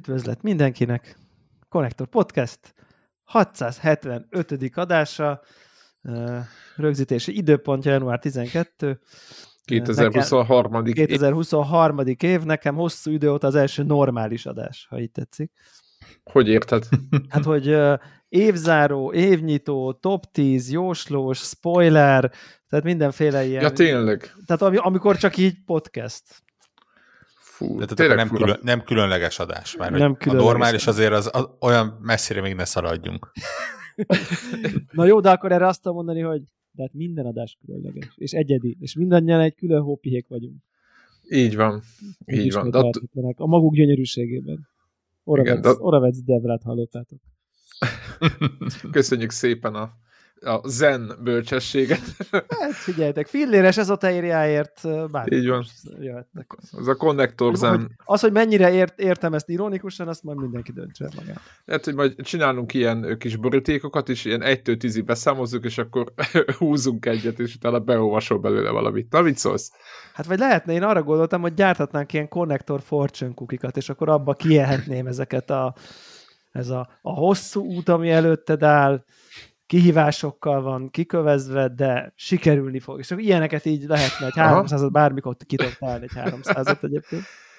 Üdvözlet mindenkinek! Konnektor Podcast 675. adása, rögzítési időpontja január 12. 2023. év, nekem hosszú idő óta az első normális adás, ha így tetszik. Hogy érted? Hát, hogy évzáró, évnyitó, top 10, jóslós, spoiler, tehát mindenféle ilyen. Ja, tényleg? Tehát amikor csak így podcast. Fú, de tehát nem különleges adás. Már nem különleges. A normális azért az olyan messzire még ne szaladjunk. Na jó, de akkor erre azt tudom mondani, hogy de hát minden adás különleges, és egyedi, és mindannyian egy külön hópihék vagyunk. Így van. Így van. A maguk gyönyörűségében. Oravec Devrát hallottátok. Köszönjük szépen a zen bölcsességet. Hát figyeljetek, filléres ezoteriáért bármit. Így van. Jöhetnek. Az a konnektor zen. Az, hogy mennyire értem ezt ironikusan, azt majd mindenki döntse magát. Hát, hogy majd csinálunk ilyen kis borítékokat, és ilyen 1-től 10-ig beszámozzuk, és akkor húzunk egyet, és utána beolvasol belőle valamit. Na, mit szólsz? Hát vagy lehetne, én arra gondoltam, hogy gyárthatnánk ilyen Konnektor Fortune cookikat, és akkor abba kielhetném ezeket a hosszú út, ami előtted áll, kihívásokkal van kikövezve, de sikerülni fog. És ilyeneket így lehetne, egy 300-at bármikor ki tudok találni, egy 300-at egyébként.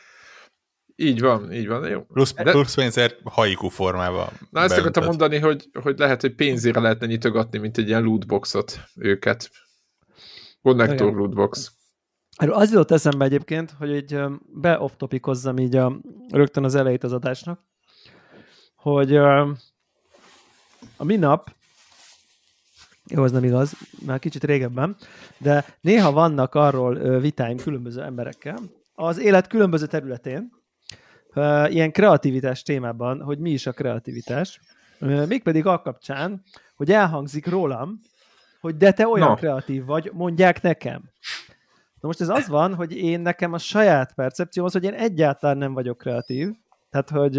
Így van. Jó. Plusz pénzért haiku formában. Na, ezt akartam mondani, hogy lehet, hogy pénzére lehetne nyitogatni, mint egy ilyen lootboxot őket. Konnektor lootbox. Erről az jutott eszembe egyébként, hogy így be-off-topicozzam így rögtön az elejét az adásnak, hogy a minap, jó, az nem igaz, már kicsit régebben, de néha vannak arról vitáim különböző emberekkel, az élet különböző területén, ilyen kreativitás témában, hogy mi is a kreativitás, mégpedig a kapcsán, hogy elhangzik rólam, hogy de te olyan kreatív vagy, mondják nekem. Na most ez az van, hogy nekem a saját percepcióm az, hogy én egyáltalán nem vagyok kreatív, tehát hogy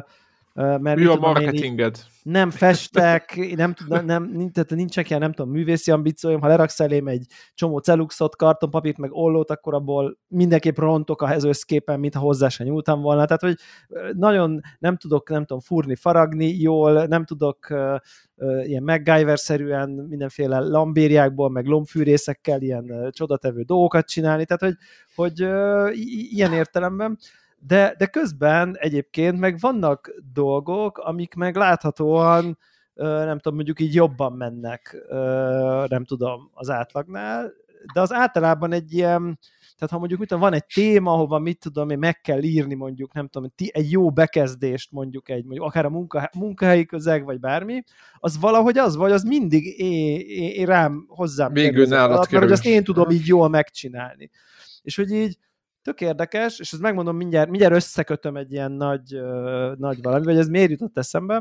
mert mi a marketinged? Nem festek, nincsenek ilyen, nem tudom, művészi ambícióim, ha leraksz elém egy csomó celuxot, kartonpapírt, meg ollót, akkor abból mindenképp rontok az összképen, mintha hozzá se nyúltam volna. Tehát, hogy nagyon nem tudom, fúrni, faragni jól, nem tudok ilyen MacGyver-szerűen mindenféle lambériákból, meg lombfűrészekkel ilyen csodatevő dolgokat csinálni, tehát, hogy ilyen értelemben. De közben egyébként meg vannak dolgok, amik meg láthatóan, nem tudom, mondjuk így jobban mennek, nem tudom, az átlagnál, de az általában egy ilyen, tehát ha mondjuk van egy téma, ahova én meg kell írni mondjuk, nem tudom, egy jó bekezdést mondjuk akár a munkahelyi közeg, vagy bármi, az valahogy az mindig hozzám végül nálad kerül, hogy azt én tudom így jól megcsinálni. És hogy így tök érdekes, és ezt megmondom mindjárt összekötöm egy ilyen nagy valami, vagy ez miért jutott eszembe,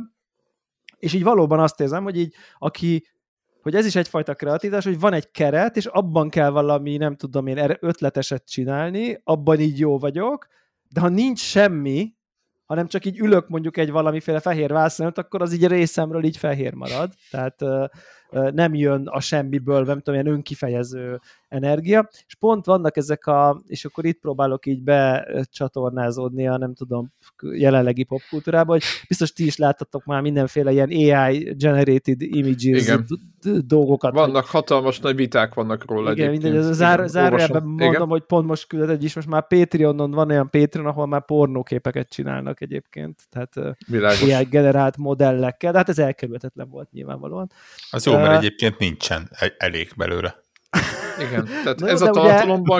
és így valóban azt érzem, hogy így hogy ez is egyfajta kreativitás, hogy van egy keret, és abban kell valami, nem tudom én, ötleteset csinálni, abban így jó vagyok, de ha nincs semmi, hanem csak így ülök mondjuk egy valamiféle fehér vászonot, akkor az így részemről így fehér marad, tehát nem jön a semmiből, nem tudom, ilyen önkifejező energia, és pont vannak ezek és akkor itt próbálok így becsatornázódni a, nem tudom, jelenlegi popkultúrába, hogy biztos ti is láttatok már mindenféle ilyen AI-generated images dolgokat. Vannak hatalmas nagy viták vannak róla. Igen, mindegy, zárójelben mondom, hogy pont most küldött is, most már Patreonon van olyan Patreon, ahol már pornóképeket csinálnak egyébként, tehát AI-generált modellekkel, de hát ez elkerülhetetlen volt nyilvánvalóan. Az jó, mert egyébként nincsen elég belőle. Igen, tehát ez a tartalomban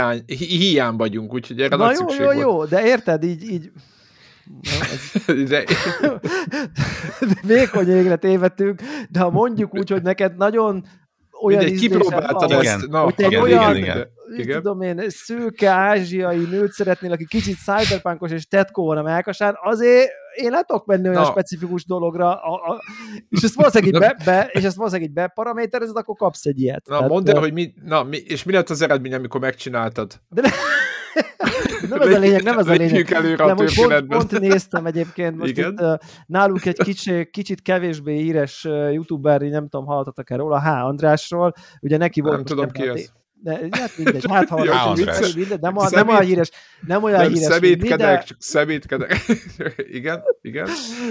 hiány vagyunk, úgyhogy erre nagy szükség volt. Jó, de érted, így vékony égre tévedtünk, de ha mondjuk úgy, hogy neked nagyon olyan kipróbáltad ezt. Igen. Tudom én, szőke ázsiai nőt szeretnél, aki kicsit cyberpunkos és tetkó van a melkasán, azért én le tudok menni olyan specifikus dologra, és ezt valószínűleg így beparaméterezed, akkor kapsz egy ilyet. Na, mondd el, hogy mi lett az eredmény, amikor megcsináltad? Nem ez a lényeg. De most pont néztem egyébként, most itt, nálunk egy kicsit kevésbé híres youtuber, nem tudom, hallottatok-e róla, H. Andrásról, ugye neki volt... Nem tudom ki az. Hát mindegy, hát ha minden, nem olyan híres, nem olyan híres. Szemétkedek, csak szemétkedek. Igen.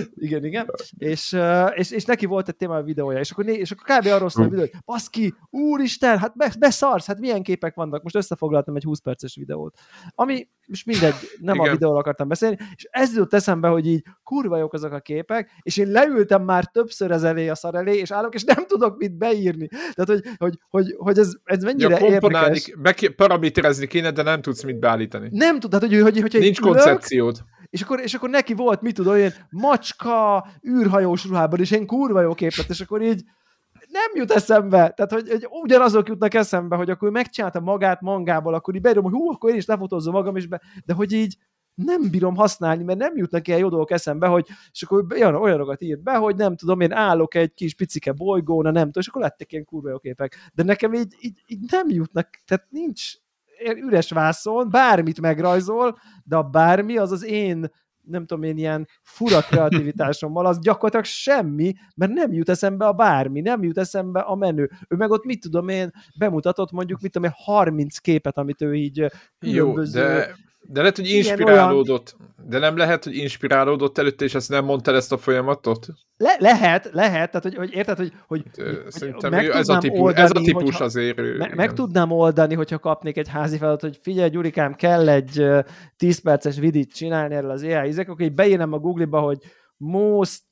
És neki volt egy téma a videója, és akkor kb. Arról szól a videó, hogy baszki, úristen, hát beszarsz, hát milyen képek vannak. Most összefoglaltam egy 20 perces videót. Ami, most mindegy, nem igen. A videóról akartam beszélni, és ez jutott eszembe, hogy így kurva jók azok a képek, és én leültem már többször ez elé a szar elé, és állok, és nem tudok mit beírni. Tehát, hogy ez mennyire érdekes. Paraméterezni kéne, de nem tudsz mit beállítani. Nem tud, tehát, hogy nincs koncepciód. És akkor neki volt, mit tudom, ilyen macska, űrhajós ruhában, és én kurva jó képet, és akkor így nem jut eszembe. Tehát, hogy ugyanazok jutnak eszembe, hogy akkor megcsinálta magát mangából, akkor így beírom, hogy akkor én is lefotózzam magam is be, de hogy így nem bírom használni, mert nem jutnak ilyen jó dolgok eszembe, hogy és akkor olyanokat írt be, hogy nem tudom, én állok egy kis picike bolygón, nem tudom, és akkor lettek ilyen kurva jó képek. De nekem így nem jutnak, tehát nincs üres vászon, bármit megrajzol, de a bármi az én nem tudom én, ilyen fura kreativitásommal, az gyakorlatilag semmi, mert nem jut eszembe a bármi, nem jut eszembe a menü. Ő meg ott mit tudom én, bemutatott mondjuk, mit tudom én, 30 képet, amit ő így különböző... Jó, de lehet, hogy inspirálódott. De nem lehet, hogy inspirálódott előtte, és ezt nem mondta ezt a folyamatot? Lehet, tehát, hogy érted, hogy szerintem ez a típus azért. Meg tudnám oldani, hogyha kapnék egy házi feladatot, hogy figyelj, Gyurikám, kell egy 10 perces vidit csinálni erről az AI-zek, akkor így beírnám a Google-ba, hogy most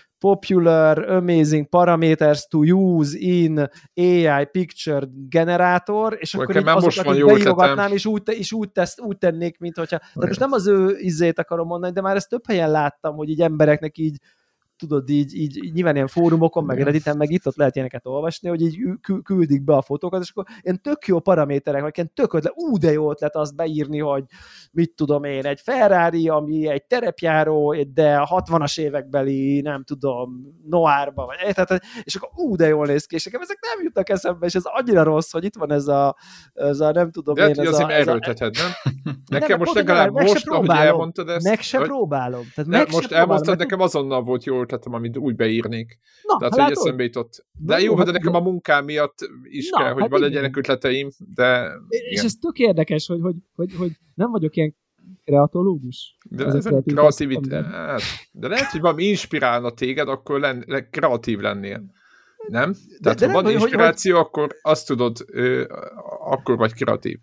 popular amazing parameters to use in AI picture generator, és akkor így azokat így beírogatnám, és úgy tennék, mint hogyha... Tehát most nem az ő izzét akarom mondani, de már ezt több helyen láttam, hogy így embereknek így tudod, így nyilván ilyen fórumokon, meg Redditen, meg itt-ott lehet ilyeneket olvasni, hogy így küldik be a fotókat, és akkor ilyen tök jó paraméterek, vagy ilyen tök ötlet, de jó ötlet azt beírni, hogy mit tudom én, egy Ferrari, ami egy terepjáró, de a 60-as évekbeli, nem tudom, noárba, vagy és akkor de jól néz ki, és nekem ezek nem jutnak eszembe, és ez annyira rossz, hogy itt van ez a nem tudom de én, ez azért erőlteted, nem? Nekem most legalább most, ahogy elmondtad ezt... Meg se próbálom. Most elmondtad, nekem azonnal volt jó ötletem, amit úgy beírnék. Tehát, hogy eszembe jutott. De jó, de nekem a munkám miatt is kell, hogy van legyenek ötleteim, de... És ez tök érdekes, hogy nem vagyok ilyen kreatológus. De ez kreativitás. De lehet, hogy valami inspirálna téged, akkor kreatív lennél. Nem? Tehát ha van inspiráció, akkor azt tudod, akkor vagy kreatív.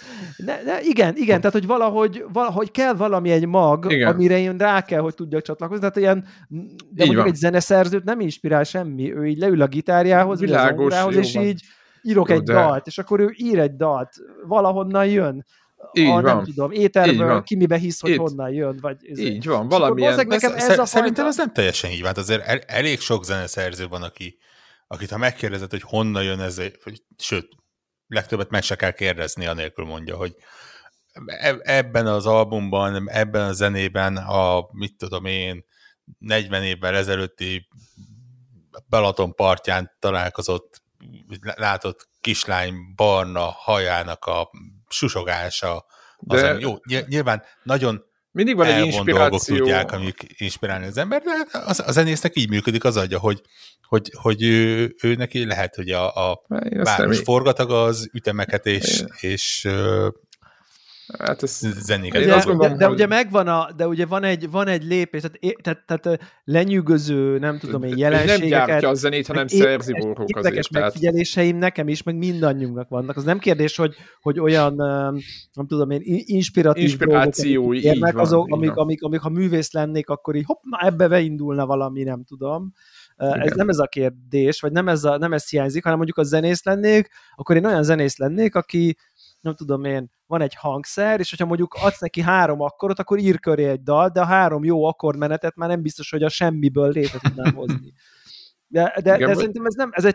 Igen, tehát hogy valahogy kell valami egy mag, igen. Amire én rá kell, hogy tudjak csatlakozni. Tehát ilyen, de mondjuk egy zeneszerzőt nem inspirál semmi. Ő így leül a gitárjához, vagy az zongorához, és így írok egy dalt, és akkor ő ír egy dalt. Valahonnan jön. Nem tudom, éterből, ki mibe hisz, hogy honnan jön. Vagy így van, valamilyen. Szerintem ez nem teljesen így van. Azért elég sok zeneszerző van, akit ha megkérdezed, hogy honnan jön ez, sőt, legtöbbet meg se kell kérdezni, anélkül mondja, hogy ebben az albumban, ebben a zenében mit tudom én, 40 évvel ezelőtti Balaton partján találkozott, látott kislány barna hajának a susogása. Az, jó, nyilván nagyon mindig van egy inspiráció. Dolgok tudják, amik inspirálni az ember, de a zenésznek így működik az agya, hogy ő neki lehet, hogy a város forgataga az ütemeket és hát ez zenéket. De ugye megvan de ugye van egy lépés, tehát lenyűgöző, nem tudom én, jelenségeket. Nem gyártja a zenét, hanem szerzi borrók azért. Érdekes megfigyeléseim nekem is, meg mindannyiunknak vannak. Az nem kérdés, hogy olyan, nem tudom én, inspirációi érnek, azok, amik ha művész lennék, akkor így hopp, ebbe beindulna valami, nem tudom. Ez nem ez a kérdés, vagy nem ez hiányzik, hanem mondjuk a zenész lennék, akkor én olyan zenész lennék, aki nem tudom én, van egy hangszer, és hogyha mondjuk adsz neki 3 akkordot, akkor ír köré egy dal, de a 3 jó akkordmenetet már nem biztos, hogy a semmiből létre tudnám hozni. De szerintem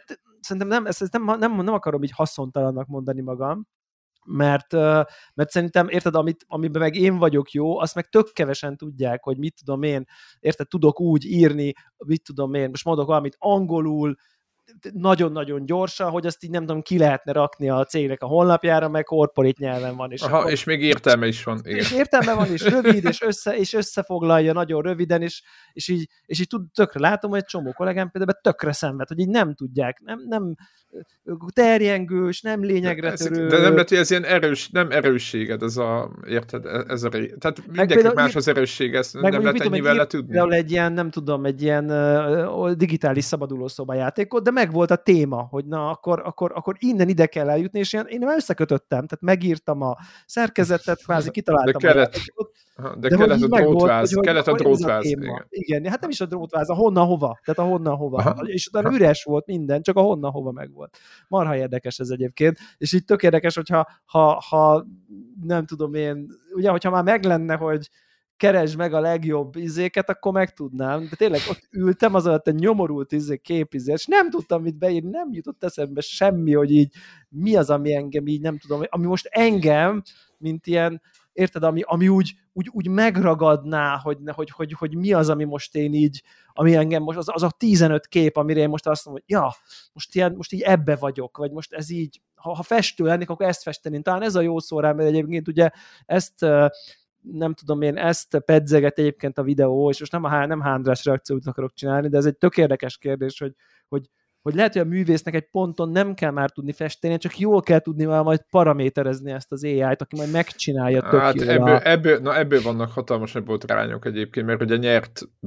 nem akarom így haszontalannak mondani magam, mert szerintem, érted, amiben meg én vagyok jó, azt meg tök kevesen tudják, hogy mit tudom én, érted, tudok úgy írni, mit tudom én, most mondok valamit angolul, nagyon-nagyon gyorsan, hogy azt így nem tudom, ki lehetne rakni a cégnek a honlapjára, meg corporate nyelven van. És még értelme is van. Igen. És értelme van, és rövid, és összefoglalja nagyon röviden, és így tökre látom, hogy egy csomó kollégám például tökre szenved, hogy így nem tudják, nem terjengős, nem lényegre törő. De nem lehet, hogy ez ilyen nem erősséged, érted? Tehát mindenki más az erősség, ezt nem lehet ennyivel letudni. Például egy ilyen, nem tudom, egy ilyen digitális szabadulószoba játékot, de meg volt a téma, hogy na, akkor innen ide kell eljutni, és én már összekötöttem, tehát megírtam a szerkezetet, kvázi kitaláltam a játékot. De kellett a drótváz. Kellett a drótváz. Igen, hát nem is a drótváz, a honnan-hova. Tehát a honnan-hova. Aha. És utána üres volt minden, csak a honnan-hova meg volt. Marha érdekes ez egyébként. És így tök érdekes, hogyha ha nem tudom én, ugye, hogyha már meg lenne, hogy keresd meg a legjobb izéket, akkor meg tudnám. De tényleg ott ültem az alatt a nyomorult képizé, és nem tudtam mit beírni, nem jutott eszembe semmi, hogy így mi az, ami engem így nem tudom, ami most engem, mint ilyen, érted, ami úgy megragadná, hogy mi az, ami most én így, ami engem most, az a 15 kép, amire én most azt mondom, hogy ja, most így ebbe vagyok, vagy most ez így, ha festő lennék, akkor ezt festeném. Talán ez a jó szó rá, mert egyébként ugye ezt nem tudom én, ezt pedzeget egyébként a videó, és most nem hándrás reakciót akarok csinálni, de ez egy tök érdekes kérdés, hogy lehet, hogy a művésznek egy ponton nem kell már tudni festeni, csak jól kell tudni majd paraméterezni ezt az AI-t, aki majd megcsinálja tök jól. Ebből vannak hatalmas botrányok egyébként, mert ugye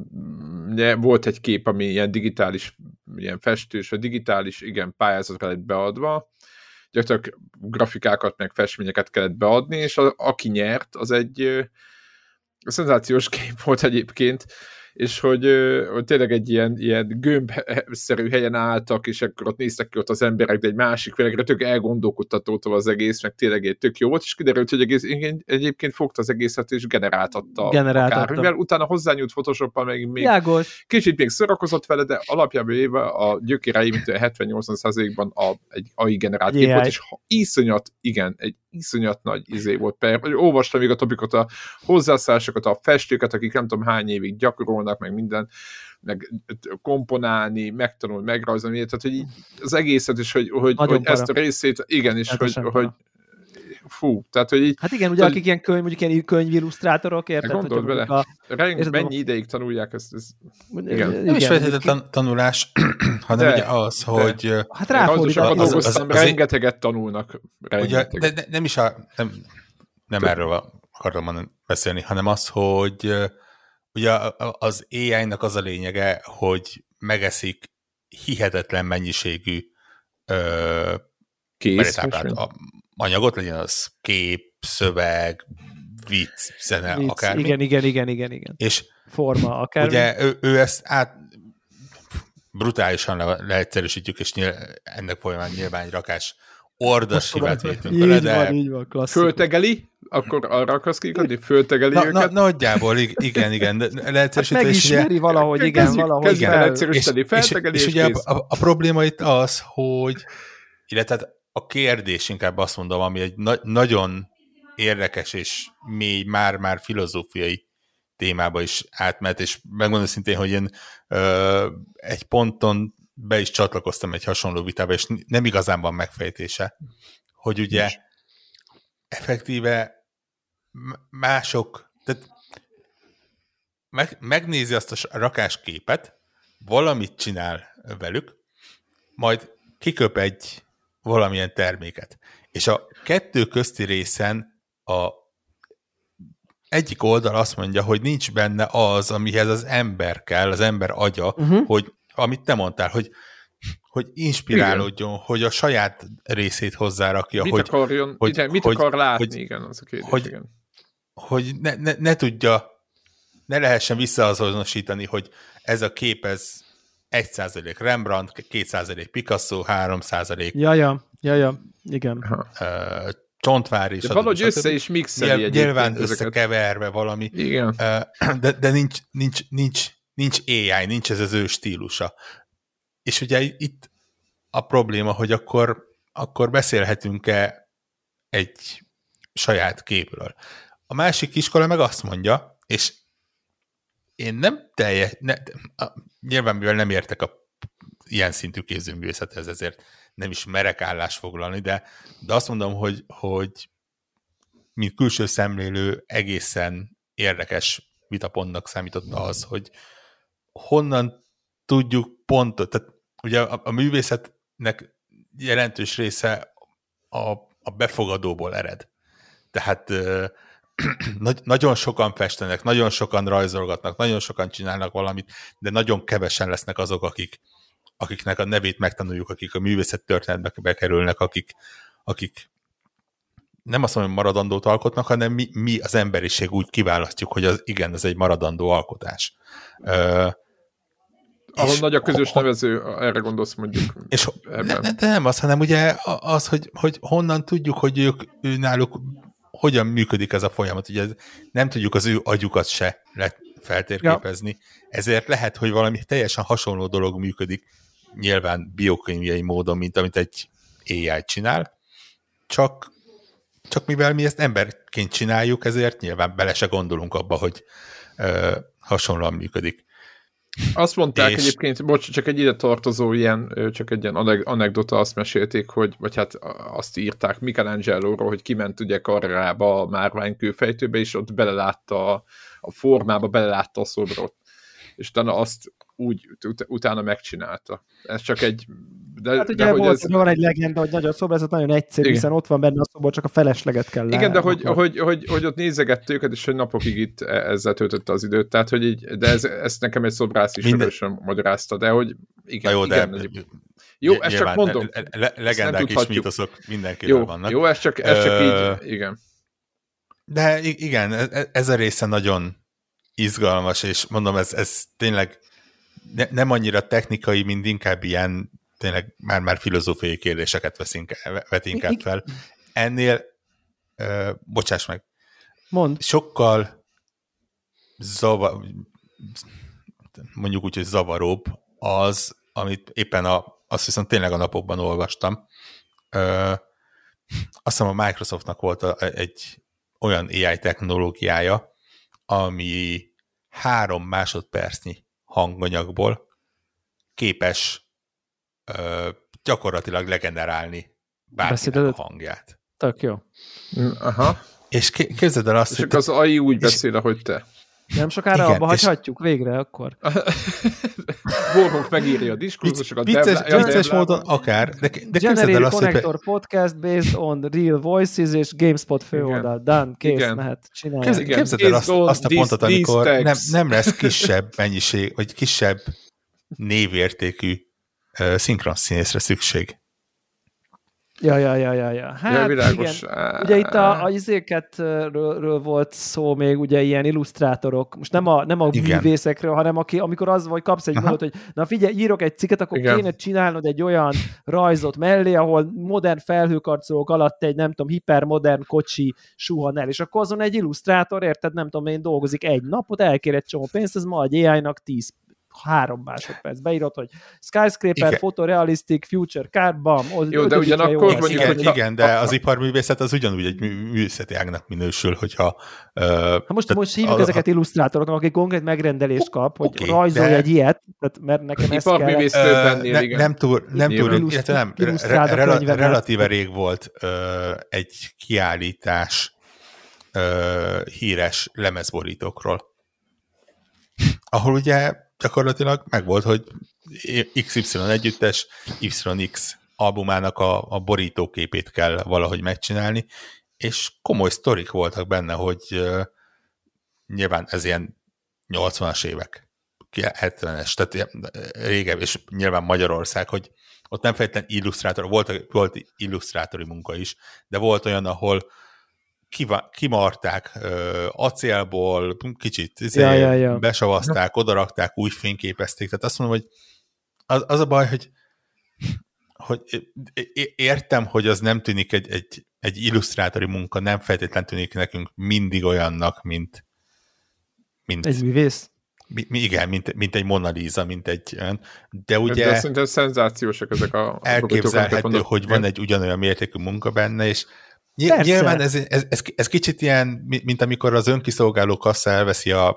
volt egy kép, ami ilyen digitális, ilyen festős, vagy digitális, igen, pályázatra lett beadva, gyakorlatilag grafikákat, meg festményeket kellett beadni, és aki nyert, az egy szenzációs kép volt egyébként, és hogy tényleg egy ilyen gömbszerű helyen álltak, és akkor ott néztek ki ott az emberek, de egy másik világra tök elgondolkodtató az egész, meg tényleg tök jó volt, és kiderült, hogy egyébként fogta az egészet, és generáltatta. Akár, utána hozzányújt Photoshoppal, meg még kicsit még szórakozott vele, de alapjában éve a gyökérei, mint 70-80%-ban egy AI generált kép volt, és egy iszonyat nagy izé volt. Olvastam még a topikot, a hozzászállásokat, a festőket, akik nem tudom hány évig gyakorolnak, meg minden, meg komponálni, megtanulni, megrajzolni, tehát hogy az egészet is, hogy ezt a részét, igen, és hogy fú, tehát hogy így... Hát igen, ugye akik mondjuk ilyen könyvillusztrátorok, érted? Gondold vele, mennyi ideig tanulják ezt? Igen. Nem is feltétlenül tanulás, hanem ugye az, hogy... Hát ráfordítani. Rengeteget tanulnak. Ugye, de nem is nem erről akartam beszélni, hanem az, hogy ugye az AI-nak az a lényege, hogy megeszik hihetetlen mennyiségű anyagot, legyen az kép, szöveg, vicc, zene, akármi. Igen. És forma, akármi. Ugye ő ezt brutálisan leegyszerűsítjük, és ennek folyamán nyilván egy rakás ordasimát vétünk vele, de... Így van, föltegeli, akkor arra akarsz kikodni? Föltegeli őket? Nagyjából, igen. Hát megismeri valahogy, igen, valahogy. Feltegeli, és ugye a probléma itt az, hogy illetve a kérdés, inkább azt mondom, ami egy nagyon érdekes és mély, már filozófiai témába is átment, és megmondom szintén, hogy én egy ponton be is csatlakoztam egy hasonló vitába, és nem igazán van megfejtése, hogy ugye effektíve mások, tehát megnézi azt a rakásképet, valamit csinál velük, majd kiköp egy valamilyen terméket. És a kettő közti részen a egyik oldal azt mondja, hogy nincs benne az, amihez az ember kell, az ember agya, hogy amit te mondtál, hogy inspirálódjon, igen, hogy a saját részét hozzárakja. Mit akarjon, mit akar látni, igen, az a kérdés, igen. Hogy ne tudja, ne lehessen visszaazonosítani, hogy ez a kép, ez 1% Rembrandt, 2% Picasso, 3%. Ja, igen. Csontvár is. De valahogy össze is mixeli nyilván összekeverve valami. Igen. De nincs AI, nincs ez az ő stílusa. És ugye itt a probléma, hogy akkor beszélhetünk-e egy saját képről. A másik iskola meg azt mondja, és én nem nyilván mivel nem értek a ilyen szintű képzőművészethez, ezért nem is merek állást foglalni, de azt mondom, hogy mint külső szemlélő egészen érdekes vitapontnak számított az, hogy honnan tudjuk pontot, tehát ugye a művészetnek jelentős része a befogadóból ered. Tehát nagyon sokan festenek, nagyon sokan rajzolgatnak, nagyon sokan csinálnak valamit, de nagyon kevesen lesznek azok, akiknek a nevét megtanuljuk, akik a művészet történetbe bekerülnek, akik nem azt mondom, hogy maradandót alkotnak, hanem mi az emberiség úgy kiválasztjuk, hogy ez egy maradandó alkotás. Ahol nagy a közös nevező, erre gondolsz mondjuk. És de nem az, hanem ugye az, hogy honnan tudjuk, hogy ő náluk hogyan működik ez a folyamat. Ugye nem tudjuk az ő agyukat se feltérképezni. Ja. Ezért lehet, hogy valami teljesen hasonló dolog működik, nyilván biokémiai módon, mint amit egy AI csinál. Csak mivel mi ezt emberként csináljuk, ezért nyilván bele se gondolunk abba, hogy hasonlóan működik. Azt mondták egyébként, bocs, csak egy ide tartozó csak egy ilyen anekdota, azt mesélték, vagy hát azt írták Michelangelo-ról, hogy kiment ugye Carrara-ba a márványkőfejtőbe, és ott belelátta a formába, belelátta a szobrot. És utána azt utána megcsinálta. Ez csak egy... Hát ugye van egy legenda, hogy nagyon szobrászat nagyon egyszerű, igen. Hiszen ott van benne a szobor, csak a felesleget kell igen, de hogy ott nézegette őket, és hogy napokig itt ezzel töltötte az időt, tehát hogy így, de ezt nekem egy szobrász is sem magyarázta, de hogy igen. Jó, igen, de jó, ezt csak mondom. Legendák és mítoszok mindenkivel vannak. Jó, ez csak így, igen. De igen, ez a része nagyon izgalmas, és mondom, ez tényleg nem annyira technikai, mint inkább ilyen tényleg már filozófiai kérdéseket vet inkább fel. Ennél, bocsáss meg, mondd. Sokkal mondjuk úgy, hogy zavaróbb az, amit éppen azt viszont tényleg a napokban olvastam. Azt hiszem a Microsoftnak volt egy olyan AI technológiája, ami 3 másodpercnyi hanganyagból képes gyakorlatilag legenerálni bárkinek a hangját. Tök jó. Aha. És képzeld el azt, és hogy... az AI úgy beszél, ahogy te. Nem sokára abba hagyhatjuk végre, akkor. Borhunk megírja a diskurzusokat. Vicces módon akár, de képzeld el azt, Connector podcast based on real voices és GameSpot főoldal. Done, kész, mehet, csinálják. Képzeld el azt a pontot, amikor nem lesz kisebb mennyiség, vagy kisebb névértékű szinkronszínészre szükség. Ja. Hát világos. Igen. Ugye itt a izéketről volt szó még, ugye ilyen illusztrátorok, most nem a művészekről, hanem amikor az vagy kapsz egy módot, hogy na figyelj, írok egy cikket, akkor kéne csinálnod egy olyan rajzot mellé, ahol modern felhőkarcolók alatt egy, nem tudom, hipermodern kocsi suhan el, és akkor azon egy illusztrátor, érted, nem tudom, én dolgozik egy napot, elkér egy csomó pénzt, ez ma egy AI-nak 3 másodperc. Beírod, hogy skyscraper, photorealistic, future car, bam. Jó, de ugyanakkor mondjuk, hogy... Igen, de az iparművészet az ugyanúgy egy művészeti ágnak minősül, hogyha... Most hívjuk ezeket illusztrátoroknak, akik konkrét megrendelést kap, hogy rajzolj egy ilyet, tehát, mert nekem ezt kell... Nem túl, relatíve rég volt egy kiállítás híres lemezborítókról, ahol ugye gyakorlatilag megvolt, hogy XY együttes, YX albumának a borítóképét kell valahogy megcsinálni, és komoly sztorik voltak benne, hogy nyilván ez ilyen 80-as évek, 70-es, tehát régebb, és nyilván Magyarország, hogy ott nem feltétlenül illusztrátor, volt illusztrátori munka is, de volt olyan, ahol kimarták acélból, kicsit besavazták, odarakták, úgy fényképezték. Tehát azt mondom, hogy az a baj, hogy értem, hogy az nem tűnik egy illusztrátori munka, nem feltétlenül tűnik nekünk mindig olyannak, mint egy művész? Igen, mint egy Mona Lisa, mint egy olyan, de ugye de szerintem szenzációsak ezek a elképzelhető, hogy van egy ugyanolyan mértékű munka benne, és nyilván ez kicsit ilyen, mint amikor az önkiszolgáló kassa elveszi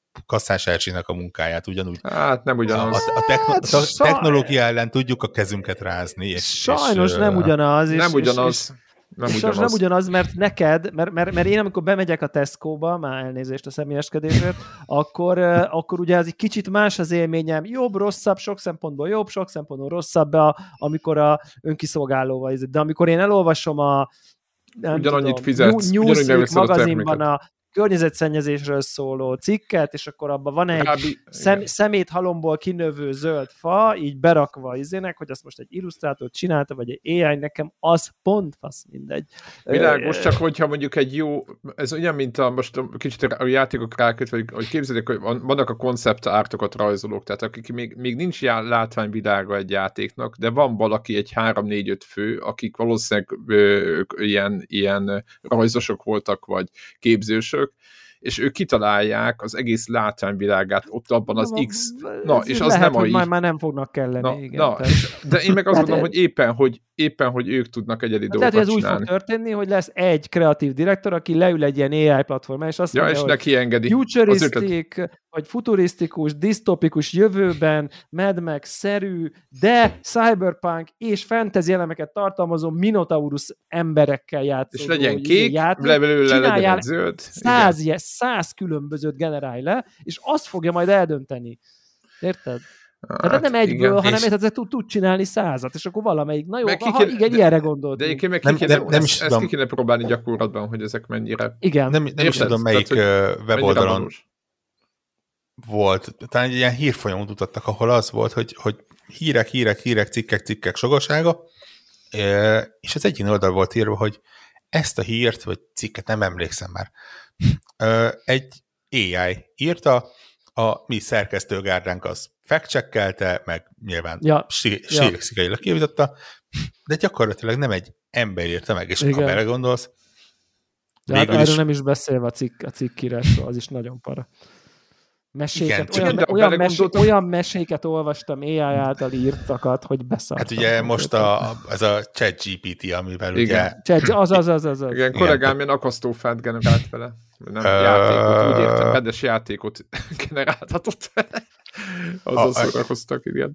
Kasszás Erzsének a munkáját ugyanúgy. Hát nem ugyanaz. A technológia ellen tudjuk a kezünket rázni. Sajnos nem ugyanaz. Nem ugyanaz. Nem ugyanaz, mert neked, mert én amikor bemegyek a Tesco-ba, már elnézést a személyeskedésért, akkor ugye az egy kicsit más az élményem, jobb, rosszabb, sok szempontból jobb, sok szempontból rosszabb, amikor a önkiszolgálóval, de amikor én elolvasom a ugyanannyit fizetsz, Newsweek magazinban a környezetszennyezésről szóló cikket, és akkor abban van egy szeméthalomból kinövő zöld fa, így berakva izének, hogy azt most egy illusztrátor csinálta, vagy egy AI, nekem az pont fasz mindegy. Világos, csak hogyha mondjuk egy jó, ez olyan, mint most kicsit a játékok rákötve, hogy képzeljék, hogy vannak a koncept ártokat rajzolók, tehát akik még nincs látványvilága egy játéknak, de van valaki, egy 3-4-5 fő, akik valószínűleg ilyen rajzosok voltak, vagy képzősök, és ők kitalálják az egész látványvilágát ott abban az X. És az lehet, nem hogy már nem fognak kelleni. Igen, de én meg azt gondolom, hogy éppen, hogy ők tudnak egyedi dolgokat lehet, hogy ez csinálni. úgy fog történni, hogy lesz egy kreatív direktor, aki leül egy ilyen AI platformon, és azt mondja, és neki engedi. Futurisztik, vagy futurisztikus, disztopikus jövőben, Mad Max-szerű, de cyberpunk és fantasy elemeket tartalmazó Minotaurus emberekkel játszódó. És legyen kék, legyen zöld. 100 különbözőt generálj le, és azt fogja majd eldönteni. Érted? Tehát nem egyből, igen, hanem ezzel tud csinálni 100-at, és akkor valamelyik, na jó, igen, ilyenre gondoltunk. De ezt ki kéne próbálni gyakorlatban, hogy ezek mennyire... Igen. Nem is tudom, melyik weboldalon volt. Talán egy ilyen hírfolyamot mutattak, ahol az volt, hogy hírek, cikkek sokasága, és az egyik oldal volt írva, hogy ezt a hírt, vagy cikket nem emlékszem már, egy AI írta, a mi szerkesztőgárdánk az fact-checkelte, meg nyilván sírexikailag kijavította, de gyakorlatilag nem egy ember írta meg, és ha belegondolsz... De hát erről nem is beszélve a cikkírásról, az is nagyon para. Meséket, olyan meséket olvastam AI által írtakat, hogy beszartam. Hát ugye most ez a ChatGPT, amivel igen. ugye... Az. Igen, kollégám ilyen akasztófát generált vele. Nem játékot, úgy értem, rendes játékot generáltatott vele. Azzal szórakoztak, igen.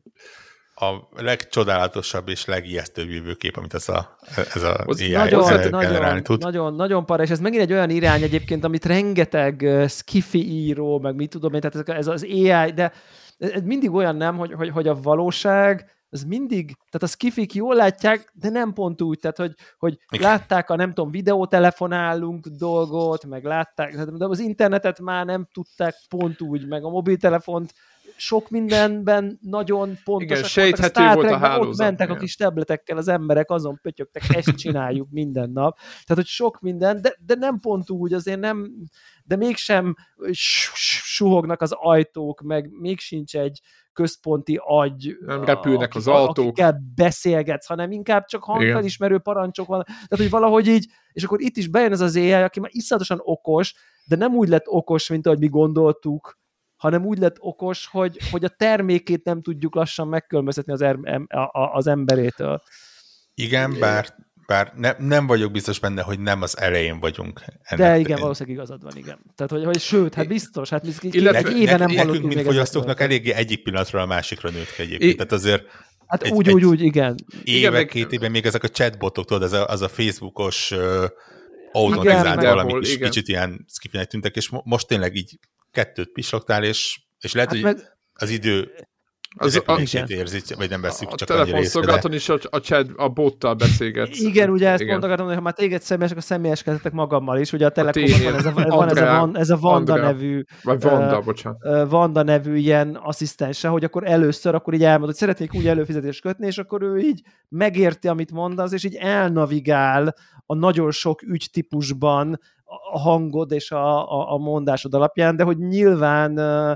A legcsodálatosabb és legijesztőbb jövőkép, amit ez a AI generálni tud. Nagyon para, és ez megint egy olyan irány egyébként, amit rengeteg skifi író, meg mit tudom én, tehát ez az AI, de ez mindig olyan nem, hogy a valóság, az mindig, tehát a skifik jól látják, de nem pont úgy, tehát hogy látták a nem tudom, videótelefonálunk dolgot, meg látták, de az internetet már nem tudták pont úgy, meg a mobiltelefont sok mindenben nagyon pontosak sejthető voltak. Volt a hálózat. Ott mentek a kis tabletekkel az emberek, azon pötyögtek, ezt csináljuk minden nap. Tehát, hogy sok minden, de nem pont úgy, azért nem, de mégsem suhognak az ajtók, meg még sincs egy központi agy, nem repülnek az autók, akikkel beszélgetsz, hanem inkább csak hangfelismerő parancsok van. Tehát, hogy valahogy így, és akkor itt is bejön ez az AI, aki már iszonyatosan okos, de nem úgy lett okos, mint ahogy mi gondoltuk, hanem úgy lett okos, hogy a termékét nem tudjuk lassan megkülönböztetni az emberétől. Igen, bár nem vagyok biztos benne, hogy nem az elején vagyunk. De igen, valószínűleg igazad van, igen. Tehát, hogy sőt, hát biztos, hát éve nem hallottunk mint fogyasztóknak eléggé egyik pillanatról a másikra nőtt ki egyébként. Tehát azért hát úgy, igen. Két évben még ezek a chatbotok, tudod, az a Facebookos automatizált valami kicsit ilyen skifinek tűntek, és most tényleg így kettőt pislogtál, és lehet, hát hogy az idő repülését érzi, vagy nem beszéljük csak annyira észre. A telefonszolgálaton is a chat, a bottal beszélgetsz. Igen, ugye ezt pont akartam, hogy ha már téged személyesek, a személyeskedhetek magammal is, ugye a Telekomban ez a Vanda nevű Vanda nevű ilyen asszisztense, hogy akkor először így elmondod, hogy szeretnék úgy előfizetést kötni, és akkor ő így megérti, amit mondasz, és így elnavigál a nagyon sok ügytípusban a hangod és a mondásod alapján, de hogy nyilván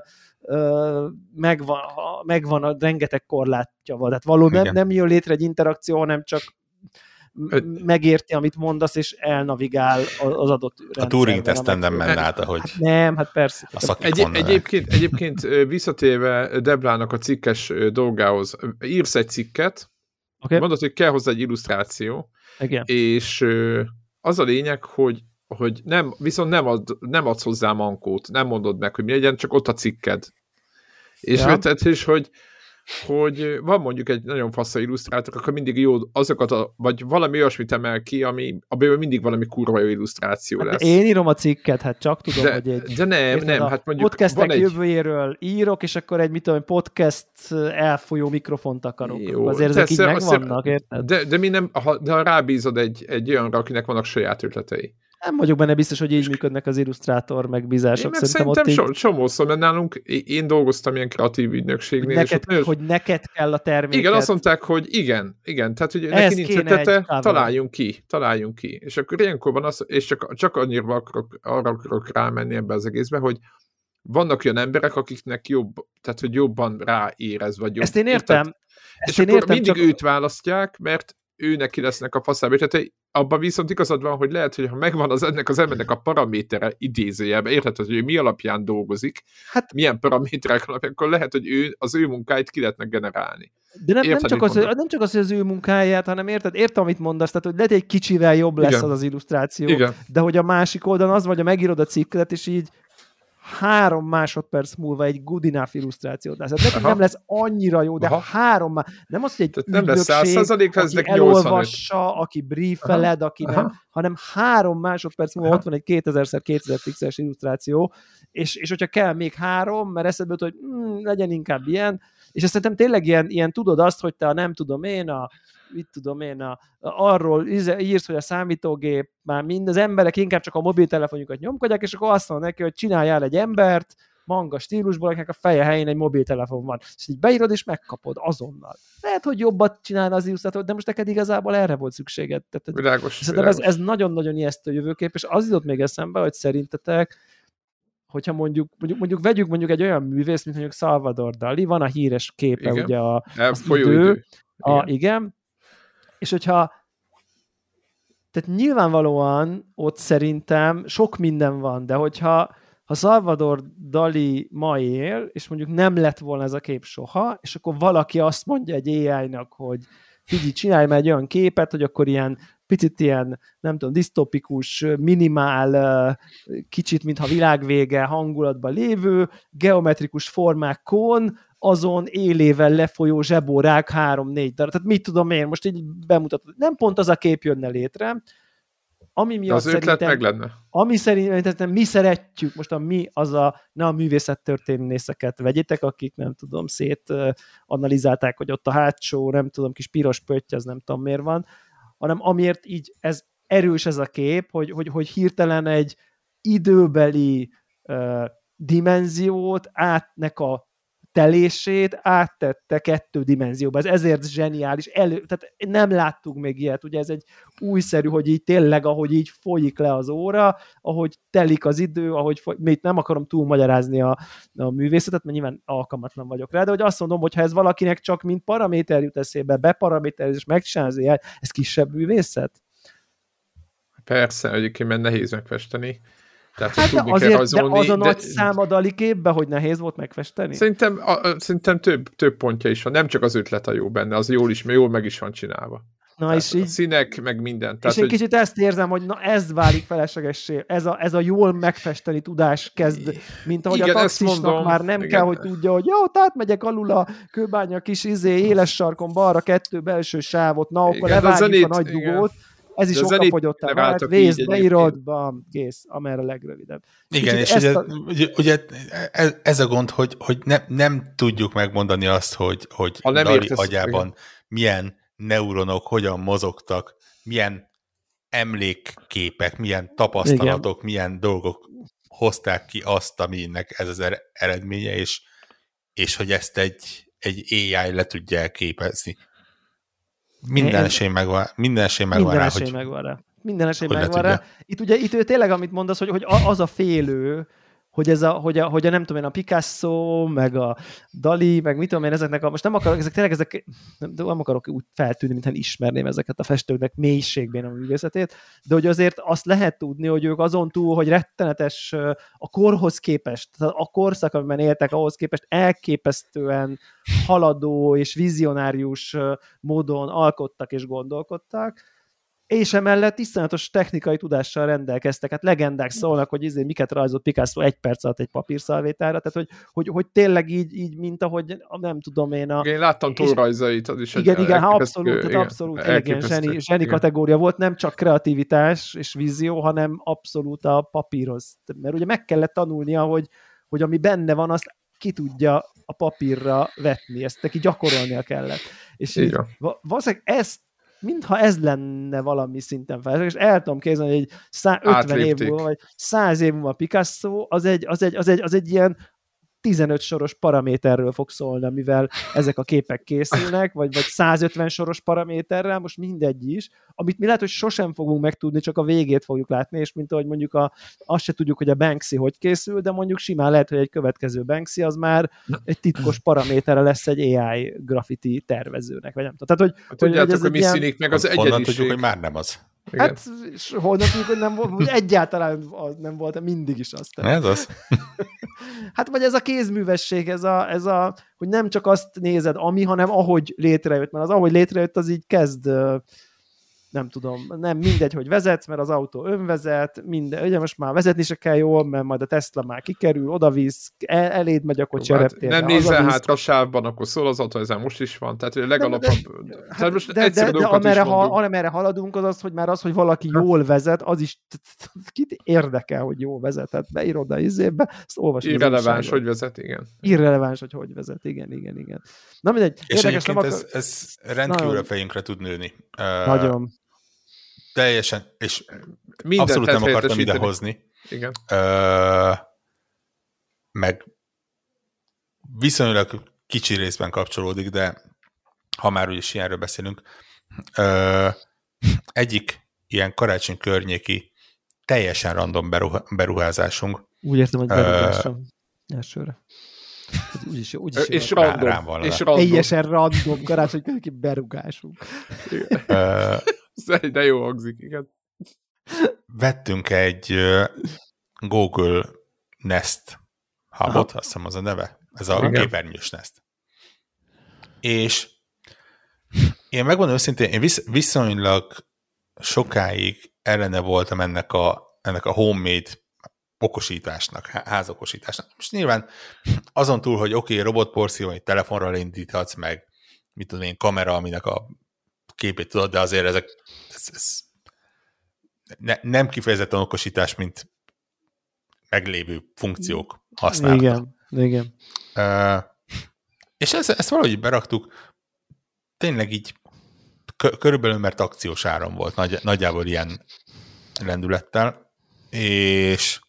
megvan a rengeteg korlátja van. Tehát valóban nem jön létre egy interakció, hanem csak megérti, amit mondasz, és elnavigál az adott rendszerben. A Turing-teszten nem menne át, ahogy nem, hát persze. Egyébként visszatérve Deblának a cikkes dolgához, írsz egy cikket, mondod, hogy kell hozzá egy illusztráció, és az a lényeg, hogy viszont nem adsz hozzá mankót, nem mondod meg, hogy mi legyen, csak ott a cikked. És hogy van mondjuk egy nagyon fasz illusztrátor, akkor mindig jó azokat, vagy valami olyasmit emel ki, amiben mindig valami kurva jó illusztráció lesz. Én írom a cikket, hát csak tudom, hogy de nem, hát mondjuk podcastek jövőjéről írok, és akkor egy podcast elfolyó mikrofont akarok. Jó, azért ezek így megvannak, érted? De ha rábízod egy olyanra, akinek vannak saját ötletei. Nem vagyok benne biztos, hogy így működnek az illusztrátor megbízások. Szerintem csomószor, mert nálunk én dolgoztam ilyen kreatív ügynökségnél. Hogy neked kell a terméket. Igen, azt mondták, hogy igen, tehát hogy neki nincs ötlete, találjunk ki. És akkor ilyenkor van az, és csak annyira arra akarok rámenni ebbe az egészbe, hogy vannak olyan emberek, akiknek jobb, tehát hogy jobban ráérez, vagy jobb. Ezt én értem. És akkor mindig őt választják, mert ő neki lesznek a faszába. Tehát abban viszont igazad van, hogy lehet, hogy ha megvan ennek az embernek a paramétere idézőjelben, érted, hogy ő mi alapján dolgozik, milyen paraméterek alapján, akkor lehet, hogy az ő munkáit ki lehetne generálni. De nem csak az, hogy az ő munkáját, hanem értem, amit mondasz, tehát hogy lehet egy kicsivel jobb lesz az illusztráció, igen. De hogy a másik oldalon az, vagy megírod a cikket, és így 3 másodperc múlva egy good enough illusztrációt lesz. Tehát nem lesz annyira jó, de nem az, hogy egy ügynökség, aki elolvassa, aki briefeled, aki nem, hanem 3 másodperc múlva ott van egy 2000x2000 pixeles illusztráció, és hogyha kell még 3, mert eszedbe jut, hogy legyen inkább ilyen, és ezt szerintem tényleg ilyen tudod azt, hogy te nem tudom én, arról írsz, hogy a számítógép már az emberek inkább csak a mobiltelefonjukat nyomkodják, és akkor azt mondod neki, hogy csináljál egy embert manga stílusból, akinek a feje helyén egy mobiltelefon van. És így beírod, és megkapod azonnal. Lehet, hogy jobbat csinálna az illusztrátor, de most neked igazából erre volt szükséged. Világos. Ez nagyon-nagyon ijesztő jövőkép, és az jutott még eszembe, hogy szerintetek, hogyha mondjuk vegyük egy olyan művész, mint mondjuk Salvador Dali, van a híres képe, igen. Ugye az idő. Igen. És hogyha tehát nyilvánvalóan ott szerintem sok minden van, de hogyha Salvador Dali ma él, és mondjuk nem lett volna ez a kép soha, és akkor valaki azt mondja egy AI-nak, hogy figyelj, csinálj már egy olyan képet, hogy akkor picit ilyen, nem tudom, disztopikus, minimál, kicsit, mintha világvége hangulatban lévő, geometrikus formákon, azon élével lefolyó zsebórák 3-4 darab. Tehát mit tudom én, most így bemutatod. Nem pont az a kép jönne létre, ami miatt az ötlet meg lenne. Ami szerintem mi szeretjük, most ne a művészettörténészeket vegyétek, akik nem tudom, analizálták, hogy ott a hátsó, nem tudom, kis piros pötty, az nem tudom miért van, hanem amiért így ez erős ez a kép, hogy hirtelen egy időbeli dimenziót átnek a telését áttette 2 dimenzióba. Ez ezért zseniális. Tehát nem láttuk még ilyet. Ugye ez egy újszerű, hogy így tényleg, ahogy így folyik le az óra, ahogy telik az idő, még nem akarom túl magyarázni a művészetet, mert nyilván alkalmatlan vagyok rá, de hogy azt mondom, hogy ha ez valakinek csak mint paraméter jut eszébe, beparaméterez és megcsinálni, ez kisebb művészet? Persze, egyébként mert nehéz megfesteni. Tehát, hát de azért, de az a nagy szám a Dali képbe, hogy nehéz volt megfesteni? Szerintem több pontja is van. Nem csak az ötlet a jó benne, az jól meg is van csinálva. Na és így, a színek, meg minden. Tehát, és én kicsit ezt érzem, hogy ez válik feleslegessé. Ez a jól megfesteni tudás kezd, mint ahogy igen, a taxisnak már nem igen. Kell, hogy tudja, hogy jó, tehát megyek alul a Kőbánya kis éles sarkon balra 2 belső sávot, na akkor levágjuk a nagy dugót. Ez is okafogyott el, hát vész, beírod, bam, kész, amerre a legrövidebb. Igen, és ugye ez a gond, hogy nem tudjuk megmondani azt, hogy Dali agyában milyen neuronok hogyan mozogtak, milyen emlékképek, AI, tapasztalatok, milyen dolgok hozták ki azt, aminek ez az eredménye, és hogy ezt egy AI le tudja elképezni. Minden esély megvan rá. Itt tényleg, amit mondasz, hogy az a félő, hogy hogy nem tudom én, a Picasso, meg a Dali, meg mit tudom én, most nem akarok úgy feltűnni, mintha ismerném ezeket a festőknek mélységben a művészetét, de hogy azért azt lehet tudni, hogy ők azon túl, hogy rettenetes a korhoz képest, a korszak, amiben éltek, ahhoz képest elképesztően haladó és vizionárius módon alkottak és gondolkodtak, és emellett iszonyatos technikai tudással rendelkeztek. Hát legendák szólnak, hogy miket rajzolt Picasso 1 perc alatt egy papírszalvétára, tehát hogy tényleg így, mint ahogy nem tudom én én láttam túlrajzait, az is igen, abszolút tényleg zseni kategória volt, nem csak kreativitás és vízió, hanem abszolút a papírhoz. Mert ugye meg kellett tanulnia, hogy ami benne van, azt ki tudja a papírra vetni, ezt neki gyakorolnia kellett. És így, valószínűleg mintha ez lenne valami szinten fel, és el tudom képzelni, hogy egy 50 év múlva, vagy 100 év múlva Picasso, az egy ilyen 15 soros paraméterről fog szólni, amivel ezek a képek készülnek, vagy 150 soros paraméterrel, most mindegy is, amit mi lehet, hogy sosem fogunk megtudni, csak a végét fogjuk látni, és mint ahogy mondjuk azt se tudjuk, hogy a Banksy hogy készül, de mondjuk simán lehet, hogy egy következő Banksy az már egy titkos paramétere lesz egy AI graffiti tervezőnek, vagy nem tudom. Tehát, tudjátok, hogy mi színik meg az egyediség. Honnan tudjuk, hogy már nem az. Igen. Hát, honnan tudjuk, hogy nem volt, hogy egyáltalán nem volt, mindig is az. Ez az. Hát, vagy ez a kézművesség, ez a, hogy nem csak azt nézed, ami, hanem ahogy létrejött, mert az ahogy létrejött, az így kezd, nem tudom, nem mindegy, hogy vezetsz, mert az autó önvezet, ugye most már vezetni se kell jól, mert majd a Tesla már kikerül, odavisz, eléd megy a kocsi a reptérre. Nem nézel hátra sávban, akkor szól az autó, ezen most is van, tehát legalapabb. De amerre haladunk, az, hogy már az, hogy valaki jól vezet, az is kit érdekel, hogy jól vezet, tehát beír oda izébe, azt olvasod. Irreleváns, hogy vezet, igen. Irreleváns, hogy vezet, igen. Na mindegy, és érdekes, ez rendkívül a fejünkre tud nőni. Nagyon. Teljesen, és abszolút nem akartam idehozni. Igen. Meg viszonylag kicsi részben kapcsolódik, de ha már úgyis ilyenről beszélünk, egyik ilyen karácsony környéki teljesen random beruházásunk. Úgy értem, hogy beruhásom elsőre. Úgyis és random. Teljesen random karácsony környéki berugásunk. De jó hangzik, igen. Vettünk egy Google Nest Hubot, azt hiszem az a neve. Ez a képernyős Nest. És én megmondom őszintén, én viszonylag sokáig ellene voltam ennek a homemade okosításnak, házokosításnak. Most nyilván azon túl, hogy oké, robotporszív, hogy telefonral indíthatsz, meg mit tudom én, kamera, aminek a képét tudod, de azért ezek nem kifejezetten okosítás, mint meglévő funkciók használata. Igen. És ezt valahogy beraktuk, tényleg így körülbelül, mert akciós áron volt, nagyjából ilyen lendülettel, és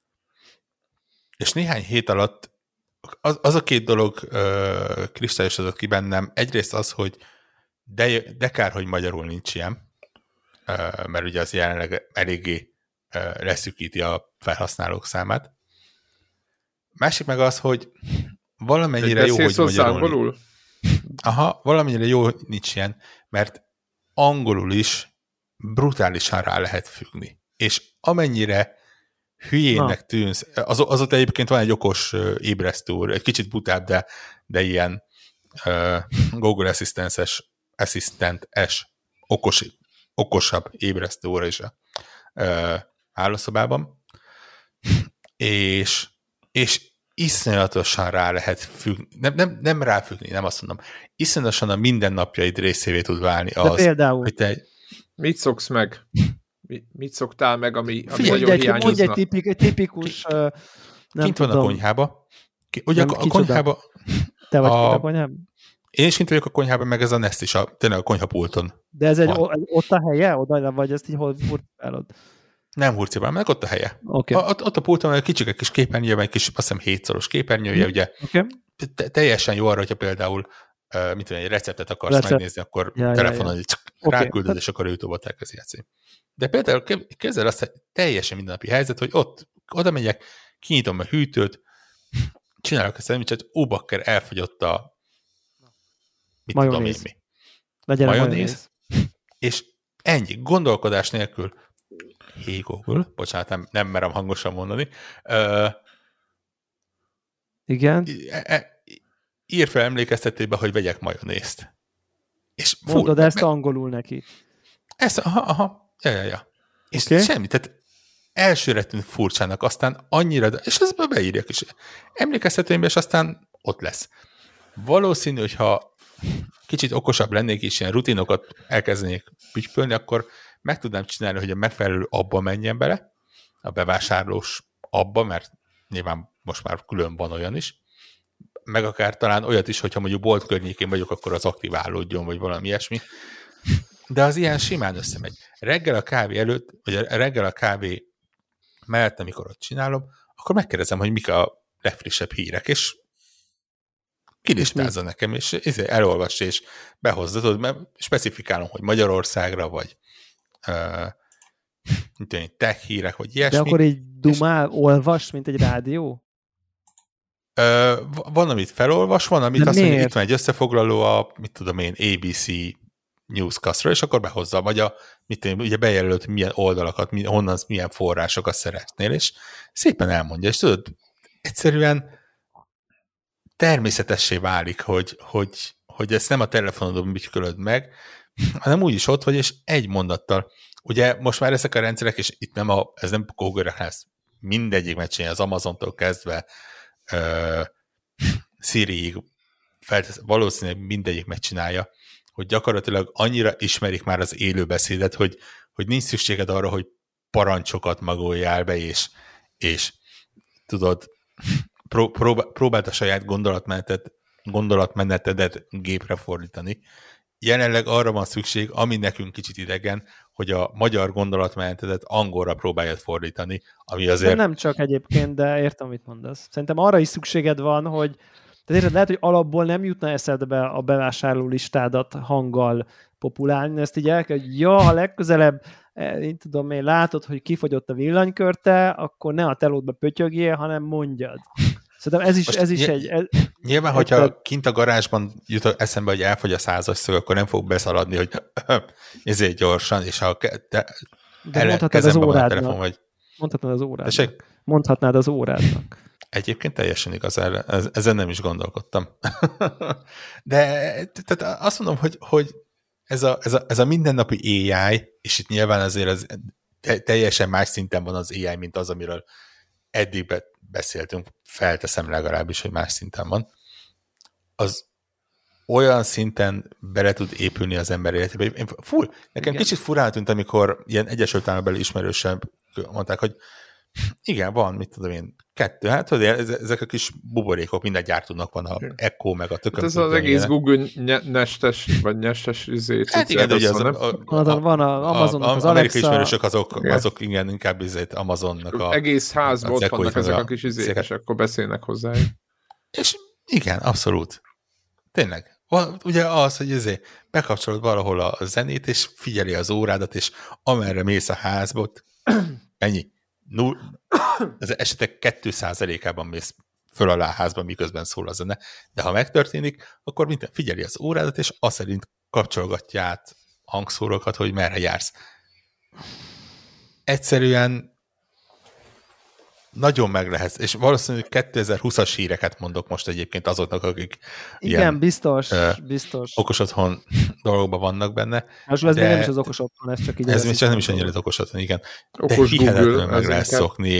néhány hét alatt az a két dolog kristályosodott ki bennem. Egyrészt az, hogy de kár, hogy magyarul nincs ilyen, mert ugye az jelenleg eléggé leszűkíti a felhasználók számát. Másik meg az, hogy valamennyire jó, hogy magyarul valamennyire jó, hogy nincs ilyen, mert angolul is brutálisan rá lehet függni. És amennyire hülyének tűnsz, az ott egyébként van egy okos ébresztő úr, egy kicsit butább, de ilyen Google Assistant-es okosabb ébresztő óra is a hálószobában, és iszonyatosan rá lehet függni, nem ráfüggni, nem azt mondom, iszonyatosan a mindennapjaid részévé tud válni az, például, hogy te... Mit szoksz meg? Mit szoktál meg, ami nagyon hiányozna? Mondj egy tipikus... Kint van a konyhába. Ugye a konyhába... Te vagy kint a konyhában? Én is kint vagyok a konyhában, meg ez a Nest is, tényleg a konyhapulton. De ez ott a helye? Oda, vagy ezt így hol hurcibálod? Nem hurcibálom, meg ott a helye. Okay. Ott a pulton egy kicsike kis képernyője, egy kis, azt hiszem 7-szoros képernyője, ugye. Okay. Teljesen jó arra, hogyha például mit tudom, egy receptet akarsz megnézni, akkor telefonon ráküldöd, és akkor YouTube-ot elkezdi játszani. De például képzeld azt, hogy teljesen mindennapi helyzet, hogy oda megyek, kinyitom a hűtőt, csinálok ezt, amit óbakker elfogyott a majonéz. Majonéz. És ennyi, gondolkodás nélkül. Hey Google, bocsánat, nem merem hangosan mondani. Igen. Ír fel emlékeztetőbe, hogy vegyek majonézt. És mondod ezt angolul neki. Ja. És semmi, tehát elsőre tűnt furcsának, aztán annyira, és ezt beírják is. Emlékeztetőimbe, és aztán ott lesz. Valószínű, hogyha kicsit okosabb lennék, és ilyen rutinokat elkezdenék pütypölni, akkor meg tudnám csinálni, hogy a megfelelő abba menjen bele, a bevásárlós abba, mert nyilván most már külön van olyan is, meg akár talán olyat is, hogyha mondjuk bolt környékén vagyok, akkor az aktiválódjon, vagy valami ilyesmi. De az ilyen simán összemegy. Reggel a kávé előtt, vagy reggel a kávé mellett, amikor ott csinálom, akkor megkérdezem, hogy mik a legfrissebb hírek, és kilistázza nekem, és elolvassa, és behozza, tudod, mert specifikálom, hogy Magyarországra, vagy tech hírek, vagy ilyesmi. De akkor így olvas, mint egy rádió? Van, amit felolvas, van, amit azt mondja, itt van egy összefoglaló a, mit tudom én, ABC Newscastról, és akkor behozza, vagy ugye bejelölt, milyen oldalakat, honnan, milyen forrásokat szeretnél, és szépen elmondja, és tudod, egyszerűen természetessé válik, hogy ezt nem a telefonodon bütykölöd meg, hanem úgyis ott vagy, és egy mondattal. Ugye most már ezek a rendszerek, és itt ez nem Google lesz, mindegyik megcsinálja, az Amazontól kezdve Siriig, valószínűleg mindegyik megcsinálja, hogy gyakorlatilag annyira ismerik már az élőbeszédet, hogy nincs szükséged arra, hogy parancsokat magoljál be, és tudod, próbáld a saját gondolatmenetedet gépre fordítani. Jelenleg arra van szükség, ami nekünk kicsit idegen, hogy a magyar gondolatmenetedet angolra próbáljad fordítani, ami azért... De nem csak egyébként, de értem, mit mondasz. Szerintem arra is szükséged van, hogy tehát lehet, hogy alapból nem jutna eszedbe a bevásárló listádat hanggal populálni, ezt így hogy ha legközelebb, én tudom, én látod, hogy kifogyott a villanykörte, akkor ne a telódba pötyögjél, hanem mondjad. Szerintem ez is egy... Nyilván, hogyha kint a garázsban jut eszembe, hogy elfogy a 100-as szög, akkor nem fog beszaladni, hogy ezért gyorsan, és ha mondhatnád az órádnak. Vagy... Mondhatnád az órádnak. Tessék? Mondhatnád az órádnak. Egyébként teljesen igaz, ezen nem is gondolkodtam. De tehát azt mondom, hogy ez a mindennapi AI, és itt nyilván azért ez teljesen más szinten van az AI, mint az, amiről eddig beszéltünk, felteszem legalábbis, hogy más szinten van, az olyan szinten bele tud épülni az ember életébe. Nekem kicsit furán tűnt, amikor ilyen Egyesült Államokbeli ismerősebb mondták, hogy igen, van, mit tudom én, 2, hát hogy ezek a kis buborékok, minden gyártónak van, a Echo, meg a tököm. Hát ez az egész Google nestes, vagy nyestes izét. Hát igen, ugye van a Amazonnak az amerikai ismerősök azok igen, inkább izét Amazonnak egész házban ott vannak ezek a kis izék, és akkor beszélnek hozzájuk. És igen, abszolút. Tényleg. Ugye az, hogy bekapcsolod valahol a zenét, és figyeli az órádat, és amerre mész a házba, ennyi. Az esetek 2%-ában mész föl alá házban, miközben szól a zene, de ha megtörténik, akkor minden figyeli az órádat, és azt szerint kapcsolgatja át hangszórókat, hogy merre jársz. Egyszerűen nagyon meg lehet, és valószínűleg 2020-as híreket mondok most egyébként azoknak, akik igen, ilyen, biztos. okos otthon dolgokban vannak benne. Most ez még nem is az okos otthon, ez csak így. Ez még nem is annyira az okos otthon, igen. Okos de hihetetlenül meg lehet szokni,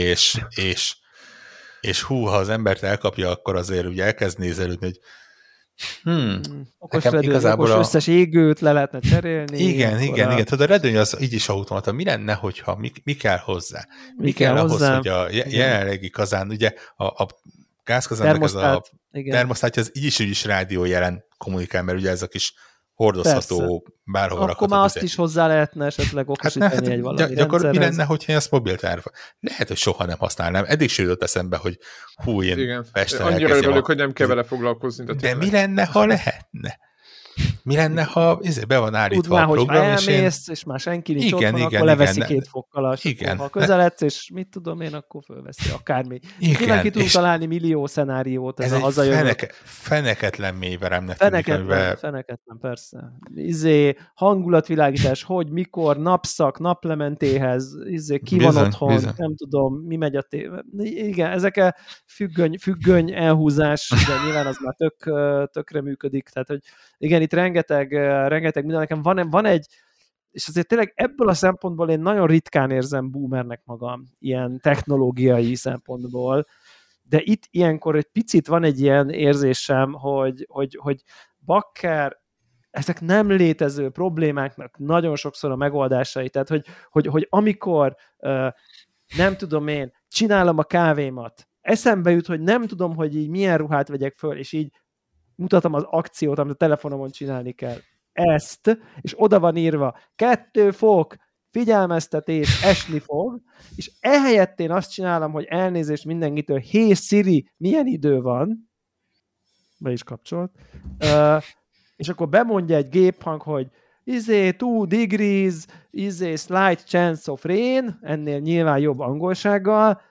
és ha az embert elkapja, akkor azért ugye elkezd nézelődni, hogy okos redőny, okos összes égőt le lehetne cserélni. Igen. Tudod, a redőny az így is automata. Mi lenne, hogyha mi kell hozzá? Mi kell ahhoz, hogy a jelenlegi kazán, ugye a gázkazánnak ez a termosztátja, az így is rádió jelen kommunikál, mert ugye ez a kis hordozható bárhova rakható. Akkor már azt is hozzá lehetne esetleg okosítani egy valami rendszerhez. Mi lenne, hogyha ezt mobiltárva? Lehet, hogy soha nem használnám. Eddig se jutott eszembe, hogy én Pesten annyira örülök, hogy nem kell vele foglalkozni. De mi lenne, ha lehetne? Mi lenne, ha be van állítva a program, és elmész, és már senki nincs otthon, akkor leveszi 2 fokkal a ha közeledsz, és mit tudom én, akkor fölveszi akármi. Nyilván ki tudunk találni millió szenáriót. Ez egy feneketlen mélyverem nekünk. Feneketlen, persze. Hangulatvilágítás, hogy, mikor, napszak, naplementéhez, ki van otthon, bizony. Nem tudom, mi megy a téve. Igen, ezek a függöny elhúzás, de nyilván az már tökre működik, tehát hogy igen, itt rengeteg minden. Nekem van egy és azért tényleg ebből a szempontból én nagyon ritkán érzem boomernek magam, ilyen technológiai szempontból, de itt ilyenkor egy picit van egy ilyen érzésem, hogy bakker, ezek nem létező problémáknak nagyon sokszor a megoldásai, tehát hogy amikor nem tudom én, csinálom a kávémat, eszembe jut, hogy nem tudom, hogy így milyen ruhát vegyek föl, és így mutatom az akciót, amit a telefonomon csinálni kell. Ezt, és oda van írva 2 fok, figyelmeztetés, esni fog, és ehelyett én azt csinálom, hogy elnézést mindenkitől, hé Siri, milyen idő van? Be is kapcsolt. És akkor bemondja egy géphang, hogy 2 degrees, slight chance of rain, ennél nyilván jobb angolsággal,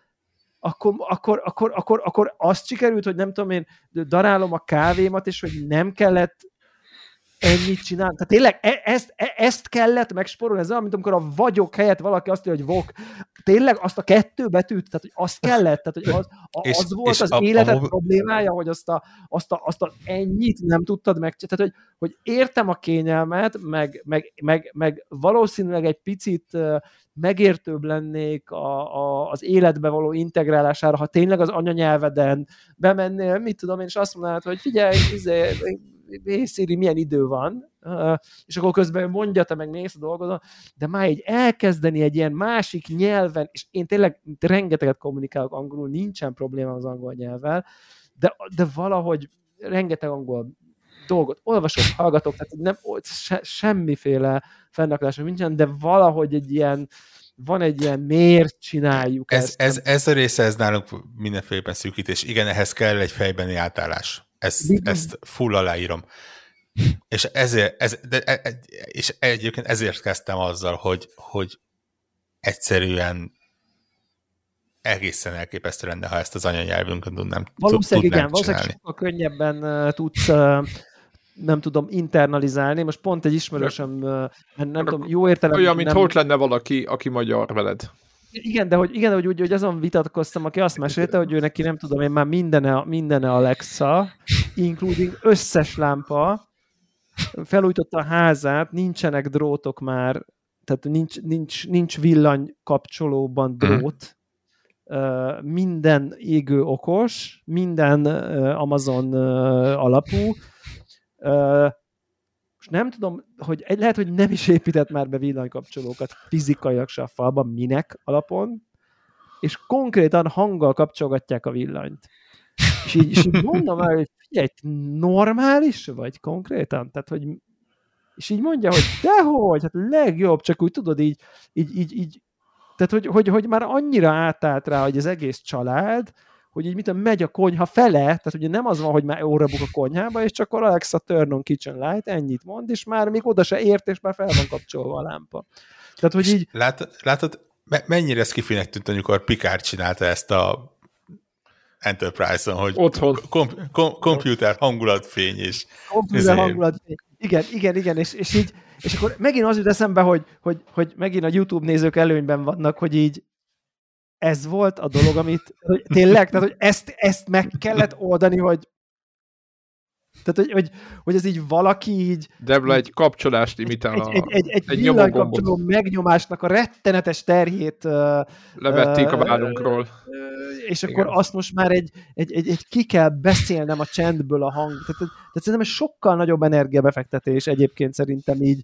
akkor azt sikerült, hogy nem tudom én, darálom a kávémat, és hogy nem kellett ennyit csinálni. Tehát tényleg ezt kellett megspórolni, ez olyan, mint amikor a vagyok helyett valaki azt mondja, hogy vok. Tényleg azt a 2 betűt, tehát hogy azt kellett, tehát hogy az volt az életed problémája, hogy azt a ennyit nem tudtad meg. Tehát, hogy értem a kényelmet, meg valószínűleg egy picit megértőbb lennék az életbe való integrálására, ha tényleg az anyanyelveden bemennél, mit tudom én, és azt mondanád, hogy figyelj, Siri, milyen idő van, és akkor közben mondja, te meg mész a dolgodon, de már így elkezdeni egy ilyen másik nyelven, és én tényleg rengeteget kommunikálok angolul, nincsen probléma az angol nyelvvel, de valahogy rengeteg angol dolgot olvasok, hallgatok, tehát nem, semmiféle fennakadásom nincsen, de valahogy van egy ilyen, miért csináljuk ezt? Ez a része, ez nálunk mindenféleképpen szűkítés. Igen, ehhez kell egy fejbeni átállás. Ezt full aláírom. És és egyébként ezért kezdtem azzal, hogy egyszerűen egészen elképesztő lenne, ha ezt az anyanyelvünkön tudnám valószínűleg sokkal könnyebben tudsz nem tudom, internalizálni. Most pont egy ismerősöm, nem tudom, jó értelemben... Olyan, mint ott lenne valaki, aki magyar veled. Igen, de hogy azon vitatkoztam, aki azt mesélte, hogy ő neki nem tudom én már mindene Alexa, including összes lámpa, felújította a házát, nincsenek drótok már, tehát nincs villanykapcsolóban drót, minden égő okos, minden Amazon alapú, és nem tudom, hogy lehet, hogy nem is épített már be villanykapcsolókat fizikailag se a falban, minek alapon, és konkrétan hanggal kapcsolgatják a villanyt. És így mondom el, hogy figyelj, normális vagy konkrétan? Tehát, hogy és így mondja, hogy dehogy, hát legjobb, csak úgy tudod így tehát, hogy már annyira átállt rá, hogy az egész család, hogy így megy a konyha fele, tehát ugye nem az van, hogy már órabuk a konyhába, és csak Alexa turn on kitchen light, ennyit mond, és már még oda se ért, és már fel van kapcsolva a lámpa. Tehát, hogy így... Látod, mennyire skifinek tűnt, amikor Picard csinálta ezt a Enterprise-on, hogy otthon. Computer hangulatfény és... Computer hangulatfény. Igen, és így, és akkor megint az jut eszembe, hogy megint a YouTube nézők előnyben vannak, hogy így ez volt a dolog, amit tényleg, tehát, hogy ezt meg kellett oldani, hogy tehát, hogy ez így valaki így... Debla egy kapcsolást imitál egy villanykapcsoló megnyomásnak a rettenetes terhét levették a vállunkról. És akkor azt most már egy ki kell beszélnem a csendből a hang. Tehát szerintem ez sokkal nagyobb energiabefektetés egyébként szerintem így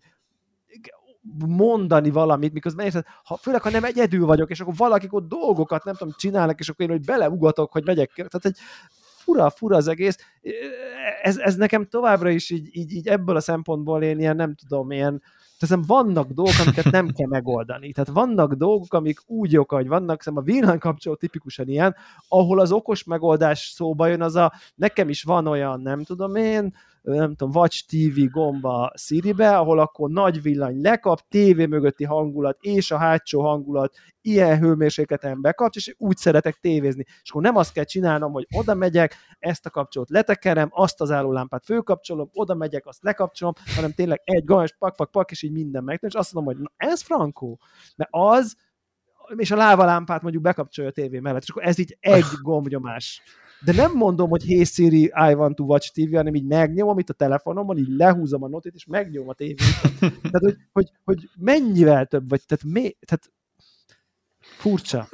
mondani valamit, miközben érted, főleg, ha nem egyedül vagyok, és akkor valakik ott dolgokat, nem tudom, csinálnak, és akkor én, hogy beleugatok, hogy megyek. Tehát egy fura az egész. Ez nekem továbbra is így ebből a szempontból én ilyen, nem tudom, ilyen, tehát vannak dolgok, amiket nem kell megoldani. Tehát vannak dolgok, amik úgy jók, ahogy vannak, szerintem a villanykapcsoló tipikusan ilyen, ahol az okos megoldás szóba jön, nekem is van olyan, nem tudom, Watch TV gomba Siri-be, ahol akkor nagy villany lekap, tévé mögötti hangulat és a hátsó hangulat ilyen hőmérsékleten bekapcs, és úgy szeretek tévézni. És akkor nem azt kell csinálnom, hogy oda megyek, ezt a kapcsolót letekerem, azt az állólámpát fölkapcsolom, oda megyek, azt lekapcsolom, hanem tényleg egy gombos, pak, és így minden megtűnik, és azt mondom, hogy na, ez frankó. Mert az, és a lávalámpát mondjuk bekapcsolja a tévé mellett, és akkor ez így egy gombnyomás. de nem mondom, hogy hey Siri, I want to watch TV, hanem így megnyomom itt a telefonomon, így lehúzom a notit, és megnyomom a tévét. Tehát, hogy mennyivel több vagy, tehát furcsa.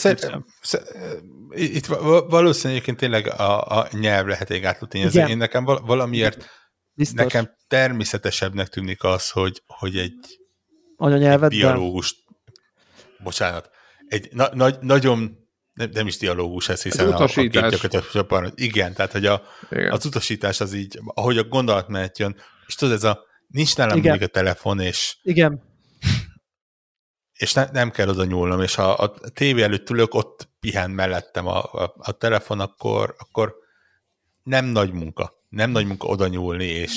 Itt valószínűleg tényleg a nyelv lehet egy gátlótényező. Én nekem valamiért nekem természetesebbnek tűnik az, hogy egy dialógus, bocsánat, egy nagyon nem is dialógus ez, hiszen a gyakorlatilag igen, tehát hogy az utasítás az így, ahogy a gondolatmenet jön, és tudod, ez nincs nálam mindig a telefon, és és nem kell oda nyúlnom, és ha a tévé előtt ülök, ott pihen mellettem a telefon, akkor nem nagy munka oda nyúlni,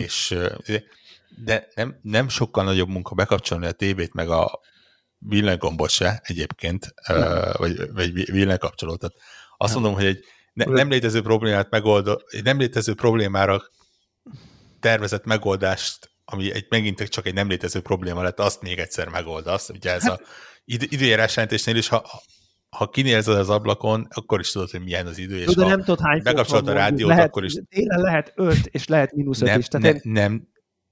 de nem sokkal nagyobb munka bekapcsolni a tévét, meg a villanygombot se egyébként, vagy villanykapcsolót. Azt mondom, hogy egy nem létező problémát nem létező problémára tervezett megoldást, ami megint csak egy nem létező probléma lett, azt még egyszer megoldasz. Ugye ez a időjárás jelentésnél is, ha kinézed az ablakon, akkor is tudod, hogy milyen az idő, és nem tudod, hány bekapcsolod a rádiót, akkor is... Télen lehet 5, és lehet -5 is. Nem.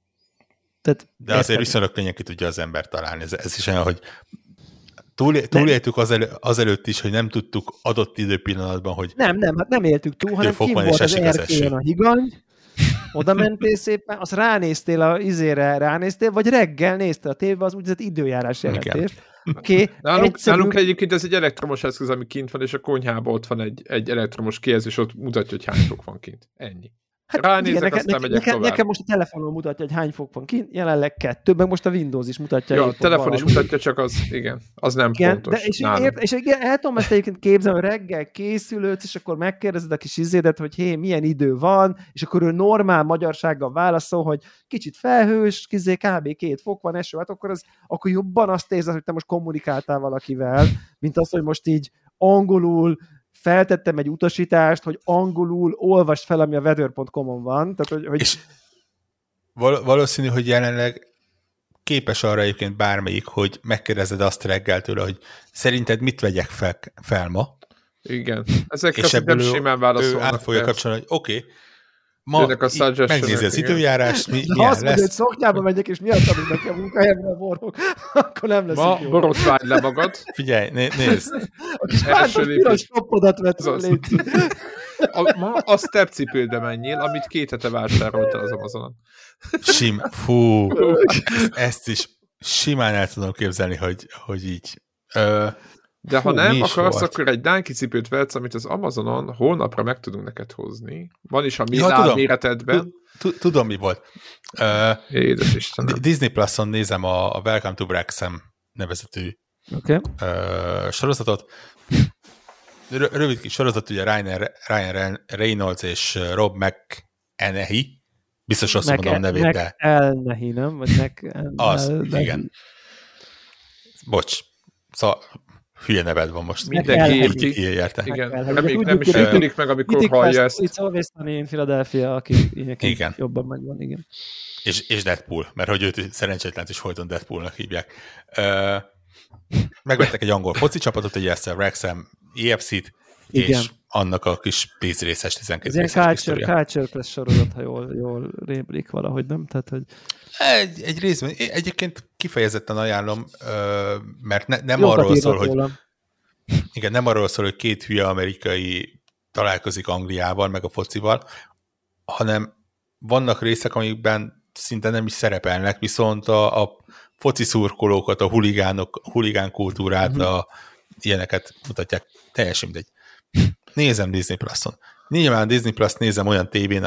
De azért viszonylag könnyen ki tudja az ember találni. Ez is olyan, hogy túléltük azelőtt is, hogy nem tudtuk adott időpillanatban, hogy... Nem éltük túl, hanem kim volt az erkélyen a higany, oda mentél szépen, azt ránéztél, vagy reggel néztél a tévében az úgynevezett időjárás jelentést. Okay. Nálunk egyébként ez egy elektromos eszköz, ami kint van, és a konyhában ott van egy elektromos kijelző, és ott mutatja, hogy hány fok van kint. Ennyi. Hát ránézek, aztán megyek tovább. Nekem most a telefonon mutatja, hogy hány fok van kint, jelenleg 2, meg most a Windows is mutatja. Ja, a telefon is mutatja, csak az nem pontos. És el tudom ezt egyébként képzelni, hogy reggel készülődsz, és akkor megkérdezed a kis izédet, hogy milyen idő van, és akkor ő normál magyarsággal válaszol, hogy kicsit felhős, kb. 2 fok van, eső, hát akkor jobban azt érzed, hogy te most kommunikáltál valakivel, mint az, hogy most így angolul feltettem egy utasítást, hogy angolul olvasd fel, ami a weather.com-on van. Tehát, hogy... És valószínű, hogy jelenleg képes arra egyébként bármelyik, hogy megkérdezed azt reggel tőle, hogy szerinted mit vegyek fel ma? Igen. Ezek nem simán válaszolnak. Ő át fogja kapcsolni, hogy oké, ma megnézi az időjárást, milyen azt mondja, hogy szoknyába megyek, és miatt adunk nekem munkahelyemre borok, akkor nem lesz ma jó. Ma borotvágy le magad. Figyelj, nézd. A kis piros toppodat vett légy. Ma a stepcipődbe menjél, amit 2 hete vásároltál az Amazonon. Ezt is simán el tudom képzelni, hogy így... De ha nem akarsz, akkor egy Nike cipőt vehetsz, amit az Amazonon holnapra meg tudunk neked hozni. Van is a méretedben. Tudom, mi volt. Édes Istenem. Disney Plus-on nézem a Welcome to Wrexham nevezetű sorozatot. Rövid kis sorozat, ugye Ryan Reynolds és Rob McElhenney. Biztos rosszul mondom a nevét, de... McElhenney, nem? Vagy az, igen. Bocs. Szóval hülye neved van most. Mindenki ilyen járta. Igen. Nem is tűnik meg, amikor hallja ezt. It's always sunny in Philadelphia, aki jobban megvan, igen. És Deadpool, mert hogy őt szerencsétlent is folyton Deadpoolnak hívják. Megvettek egy angol foci csapatot, egy ezt a Wrexham EFC-t, és annak a kis 10 részes, 12 részes historia. Culture Clash sorozat, ha jól rémlik valahogy, nem? Tehát, hogy... Egy részben. Egyébként kifejezetten ajánlom, mert nem arról szól, hogy igen, nem arról szól, hogy 2 hülye amerikai találkozik Angliával, meg a focival, hanem vannak részek, amikben szinte nem is szerepelnek, viszont a foci szurkolókat, a huligán kultúrát, ilyeneket mutatják. Teljesen mindegy. Nézem Disney Plus-on. Nyilván Disney Plus nézem olyan tévén,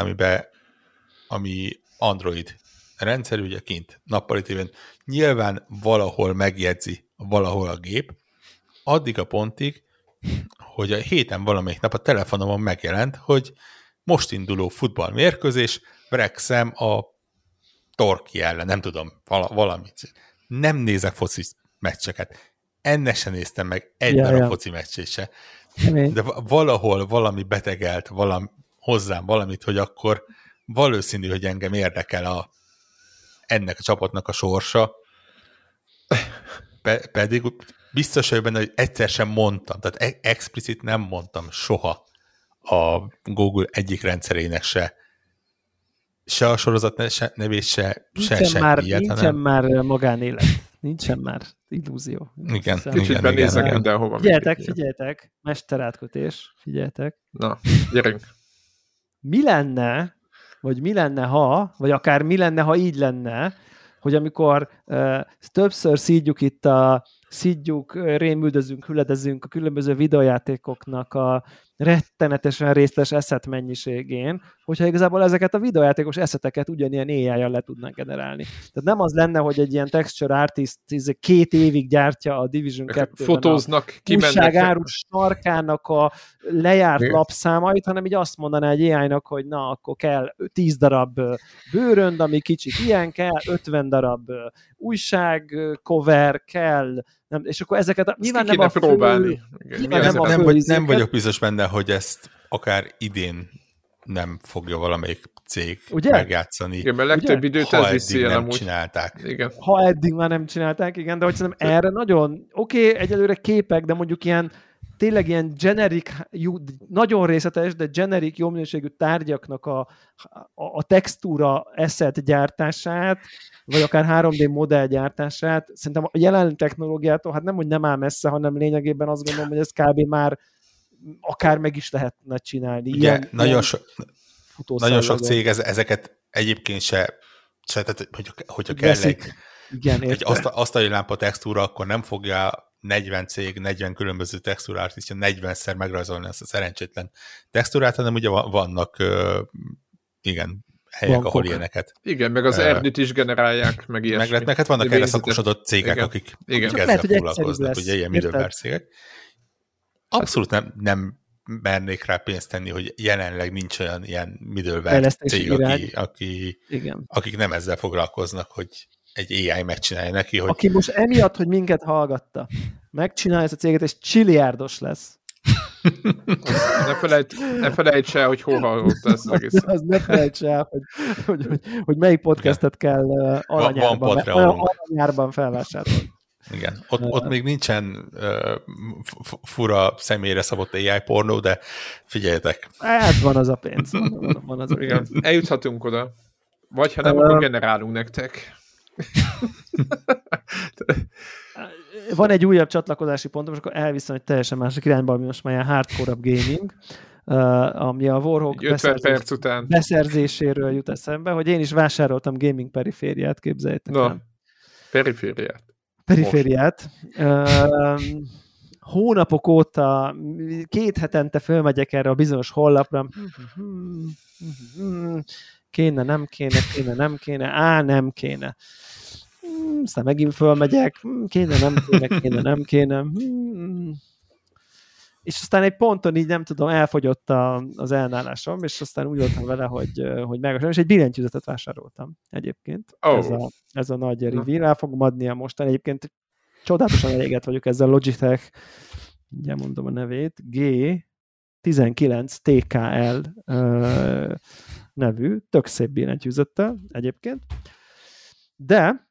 ami Android rendszerű, ugye kint, nappali tévén. Nyilván valahol megjegyzi valahol a gép, addig a pontig, hogy a héten valamelyik nap a telefonomon megjelent, hogy most induló futballmérkőzés, Wrexham a Torquay ellen, nem tudom, valamit. Nem nézek foci meccseket. Ennek sem néztem meg egyben a foci meccsét se. De valahol valami betegelt hozzám valamit, hogy akkor valószínű, hogy engem érdekel ennek a csapatnak a sorsa. Pedig biztos, hogy benne, hogy egyszer sem mondtam, tehát explicit nem mondtam soha a Google egyik rendszerének se a sorozat nevét, se semmi. Nincsen már magánélet. Nincsen már illúzió. Igen. Kicsit benézzek mindenhova. Figyeljetek, mesterátkötés, figyeljetek. Na, gyerünk. Mi lenne, vagy akár mi lenne, ha így lenne, hogy amikor többször szídjuk, rémüldözünk, hüledezünk a különböző videójátékoknak a rettenetesen részletes asset mennyiségén, hogyha igazából ezeket a videójátékos asseteket ugyanilyen AI-jal le tudnánk generálni. Tehát nem az lenne, hogy egy ilyen texture artist 2 évig gyártja a Division 2-ben fotóznak, újságárus sarkának a lejárt lapszámait, hanem így azt mondaná egy AI-nak, hogy na, akkor kell 10 darab bőrönd, ami kicsit ilyen kell, 50 darab újság, cover kell, nem, és akkor ezeket nyilván nem a próbálni. Nem vagyok biztos benne, hogy ezt akár idén nem fogja valamelyik cég megjátszani. Igen, mert legtöbb időt ez viszi el amúgy. Csinálták. Igen. Ha eddig már nem csinálták, igen, de hogy szerintem erre nagyon, egyelőre képek, de mondjuk tényleg ilyen generic, nagyon részletes, de generic, jó minőségű tárgyaknak a textúra asset gyártását, vagy akár 3D modell gyártását, szerintem a jelen technológiától, hát nem, hogy nem áll messze, hanem lényegében azt gondolom, hogy ezt kb. Már akár meg is lehetne csinálni. Ugye, nagyon sok cég ezeket egyébként se tehát, hogyha kell egy asztali lámpa textúra, akkor nem fogja 40 cég, 40 különböző textúrartistja 40-szer megrajzolni azt a szerencsétlen textúrát, hanem ugye vannak helyek, ahol ilyeneket. Igen, meg az erdőt is generálják, meg ilyesmi. Meg hát vannak erre szakosodott cégek, akik ezzel foglalkoznak, ugye ilyen middleware cégek. Abszolút nem mernék rá pénzt tenni, hogy jelenleg nincs olyan ilyen middleware cég, akik nem ezzel foglalkoznak, hogy egy AI megcsinálja neki, hogy... Aki most emiatt, hogy minket hallgatta, megcsinálja ezt a céget, és csiliárdos lesz. Ne felejts el, hogy hol hallott ezt egész. Az ne felejts el, hogy melyik podcastet kell aranyárban felvásárolni. Igen, ott még nincsen fura személyre szabott AI pornó, de figyeljetek. Hát van az a pénz. Van az a pénz. Igen, eljuthatunk oda. Vagy ha nem, akkor generálunk nektek. Van egy újabb csatlakozási pontom, és akkor elviszem egy teljesen másik irányba, ami most már ilyen hardcore-abb gaming, ami a Warhawk beszerzéséről jut eszembe, hogy én is vásároltam gaming perifériát, képzeljétek el. Perifériát. Hónapok óta 2 hetente fölmegyek erre a bizonyos honlapra. Kéne, nem kéne. Aztán megint fölmegyek. Kéne, nem kéne. És aztán egy ponton így nem tudom, elfogyott az ellenállásom, és aztán úgy voltam vele, hogy megvásárolom, és egy billentyűzetet vásároltam egyébként. Ez a nagy reveal, el fogom adni a mostan. Egyébként csodálatosan elégedett vagyok ezzel a Logitech, mindjárt mondom a nevét, G19 TKL nevű, tök szép billentyűzettel egyébként. De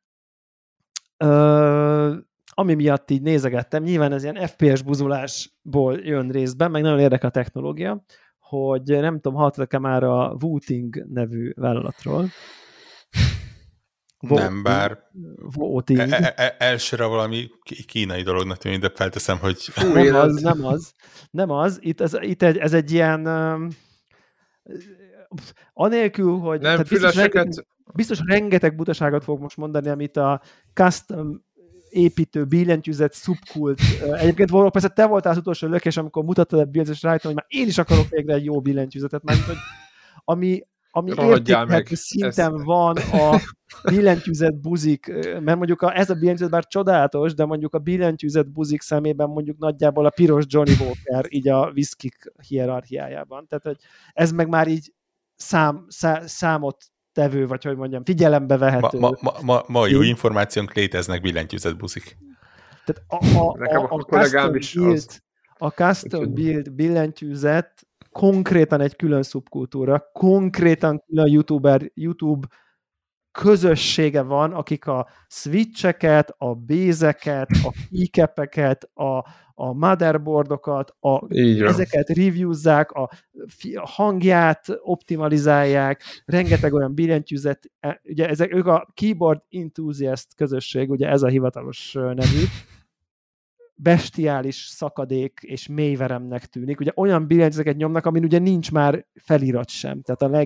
ami miatt így nézegettem, nyilván ez ilyen FPS buzulásból jön részben, meg nagyon érdekel a technológia, hogy nem tudom, hallottatok-e már a Wooting nevű vállalatról? Nem, bár elsőre valami kínai dolognak tűnik, de felteszem, hogy... Nem az. Itt ez egy ilyen... anélkül, hogy... Nem, biztos rengeteg butaságot fog most mondani, amit a custom építő billentyűzet szubkult. Egyébként valóban persze te voltál az utolsó lökés, amikor mutattad a billentyűzetet, és rájöttem, hogy már én is akarok végre egy jó billentyűzetet, mert hogy ami értékhető szinten van a billentyűzet buzik, mert mondjuk ez a billentyűzet bár csodálatos, de mondjuk a billentyűzet buzik szemében mondjuk nagyjából a piros Johnny Walker így a viszkik hierarchiájában. Tehát, hogy ez meg már így számot tevő, vagy hogy mondjam, figyelembe vehető. Ma jó információnk, léteznek billentyűzet buzik. Tehát a custom build billentyűzet konkrétan egy külön szubkultúra, konkrétan külön YouTube közössége van, akik a switcheket, a bézeket, a keycapeket, a motherboardokat, ezeket reviewzzák, a hangját optimalizálják, rengeteg olyan billentyűzet, ugye ők a Keyboard Enthusiast közösség, ugye ez a hivatalos nevű, bestiális szakadék és mélyveremnek tűnik. Ugye olyan billentyűzeket nyomnak, amin ugye nincs már felirat sem. Tehát a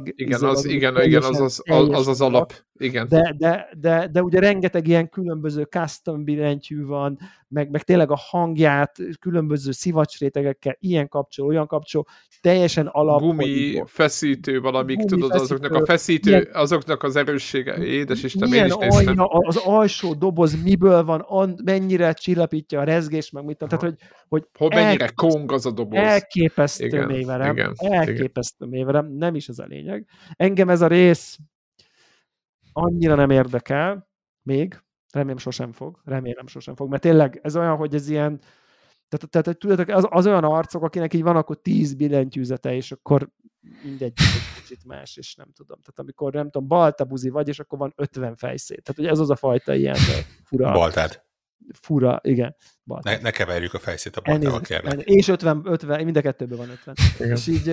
az alap. Igen. De ugye rengeteg ilyen különböző custom billentyű van, meg tényleg a hangját különböző szivacsrétegekkel, ilyen kapcsoló, olyan kapcsoló, teljesen alap. Gumi, feszítő valamik, tudod, azoknak a feszítő, ilyen, azoknak az erőssége. Édes Isten, én is néztem. Az alsó doboz miből van, mennyire csillapítja a rezgés, meg mit tudom, tehát, hogy mennyire kong az a doboz. Elképesztő mélyverem, mélyverem, nem is ez a lényeg. Engem ez a rész annyira nem érdekel, még, remélem sosem fog, mert tényleg ez olyan, hogy ez ilyen, tehát tudjátok, az olyan arcok, akinek így van akkor 10 billentyűzete, és akkor mindegy, egy kicsit más, és nem tudom. Tehát amikor, nem tudom, baltabuzi vagy, és akkor van 50 fejszét. Tehát ugye ez az a fajta ilyen fura. Baltát. Fura, igen. Ne keverjük a fejszét a baltával, kérlek. És 50, mind a kettőből van 50. Igen. És így,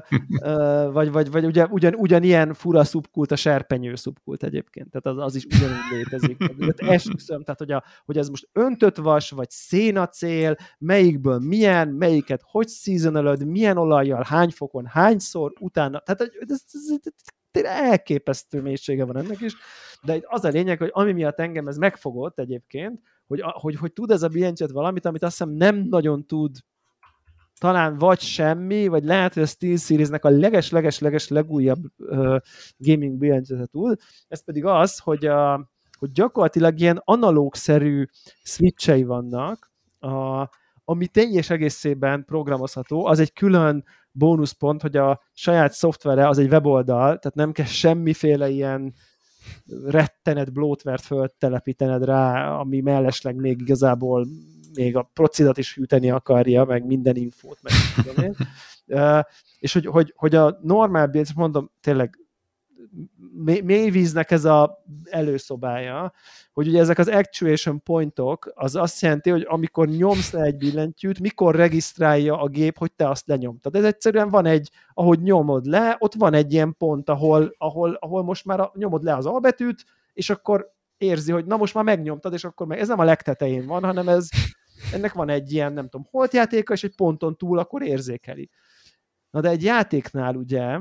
vagy ugye ugyanilyen fura szubkult a serpenyő szubkult egyébként. Tehát az is ugyanúgy létezik. Esküszöm, tehát hogy ez most öntött vas, vagy szénacél, melyikből milyen, melyiket hogy seasonalod, milyen olajjal, hány fokon, hányszor, utána. Tehát elképesztő mélysége van ennek is. De itt az a lényeg, hogy ami miatt engem ez megfogott egyébként, hogy tud ez a billentyűzet valamit, amit azt hiszem nem nagyon tud talán vagy semmi, vagy lehet, hogy a SteelSeries-nek a leges legújabb gaming billentyűzete tud. Ez pedig az, hogy gyakorlatilag ilyen analógszerű switchei vannak, ami teljes egészében programozható, az egy külön bónuszpont, hogy a saját szoftvere az egy weboldal, tehát nem kell semmiféle ilyen rettenet bloatware-t föltelepítened rá, ami mellesleg még igazából még a procidat is hűteni akarja, meg minden infót, meg tudom én. És hogy a normál build, mondom, tényleg mélyvíznek ez az előszobája, hogy ugye ezek az actuation pointok, az azt jelenti, hogy amikor nyomsz le egy billentyűt, mikor regisztrálja a gép, hogy te azt lenyomtad. Ez egyszerűen van egy, ahogy nyomod le, ott van egy ilyen pont, ahol most már nyomod le az A betűt, és akkor érzi, hogy na most már megnyomtad, és akkor ez nem a legtetején van, hanem ennek van egy ilyen, nem tudom, holtjátéka, és egy ponton túl akkor érzékeli. Na de egy játéknál ugye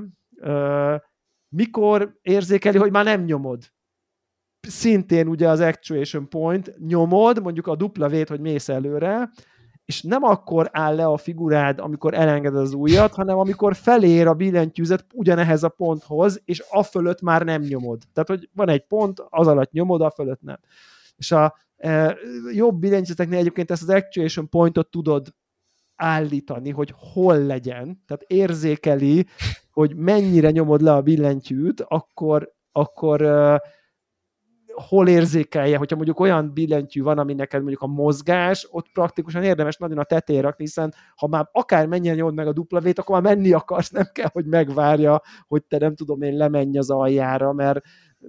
mikor érzékeli, hogy már nem nyomod. Szintén ugye az actuation point, nyomod, mondjuk a W-t, hogy mész előre, és nem akkor áll le a figurád, amikor elengeded az ujjat, hanem amikor felér a billentyűzet ugyanehhez a ponthoz, és afölött már nem nyomod. Tehát, hogy van egy pont, az alatt nyomod, afölött nem. És a jobb billentyűzeteknél egyébként ezt az actuation pointot tudod állítani, hogy hol legyen, tehát érzékeli, hogy mennyire nyomod le a billentyűt, akkor hol érzékelje, hogyha mondjuk olyan billentyű van, ami neked mondjuk a mozgás, ott praktikusan érdemes nagyon a tetejére rakni, hiszen ha már akármennyire nyomod meg a W-t, akkor már menni akarsz, nem kell, hogy megvárja, hogy te nem tudom én lemenj az aljára, mert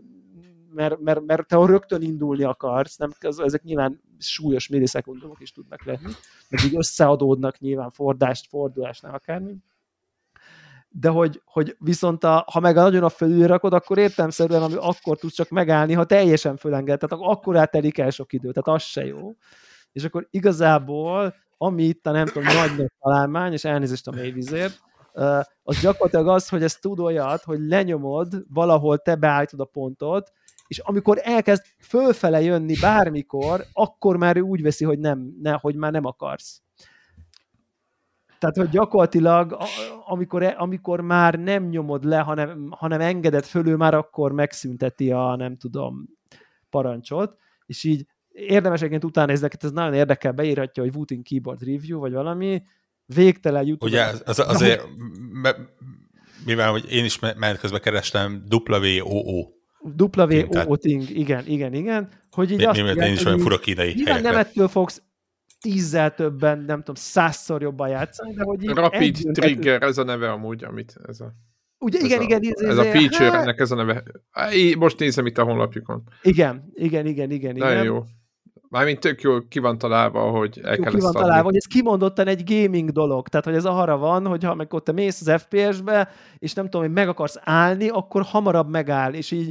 te rögtön indulni akarsz, nem, ezek nyilván súlyos millisekundumok is tudnak lenni, meg így összeadódnak nyilván fordulásnál akármi. De hogy viszont ha meg nagyon a fölül rakod, akkor értelemszerűen akkor tudsz csak megállni, ha teljesen fölenged, tehát akkor eltelik el sok idő, tehát az se jó. És akkor igazából, ami itt a nem tudom, nagy találmány, és elnézést a mélyvízért, az gyakorlatilag az, hogy ez tud olyat, hogy lenyomod, valahol te beállítod a pontot, és amikor elkezd fölfele jönni bármikor, akkor már ő úgy veszi, hogy hogy már nem akarsz. Tehát, hogy gyakorlatilag, amikor már nem nyomod le, hanem engeded fölül, már akkor megszünteti a, nem tudom, parancsot, és így érdemes egyébként utána nézni, ez nagyon érdekel, beírhatja, hogy Wooting Keyboard Review, vagy valami, végtelen YouTube. Ugye azért, mivel hogy én is menet közben kerestem WOO. WOO-ting, igen. Hogy így azt én is olyan fura kínai helyekre. Nem ettől fogsz 10-zel többen, nem tudom, 100-szor jobban játszani, de hogy így Rapid Trigger, ez a neve amúgy, amit ez a... Ugye, igen. Ez a feature, ennek ez a neve. Most nézem itt a honlapjukon. Igen. Nagyon jó. Mármint tök jól ki van találva, hogy el kell ezt adni. Hogy ez kimondottan egy gaming dolog. Tehát, hogy ez arra van, hogy ha meg ott te mész az FPS-be, és nem tudom, hogy meg akarsz állni, akkor hamarabb megáll, és így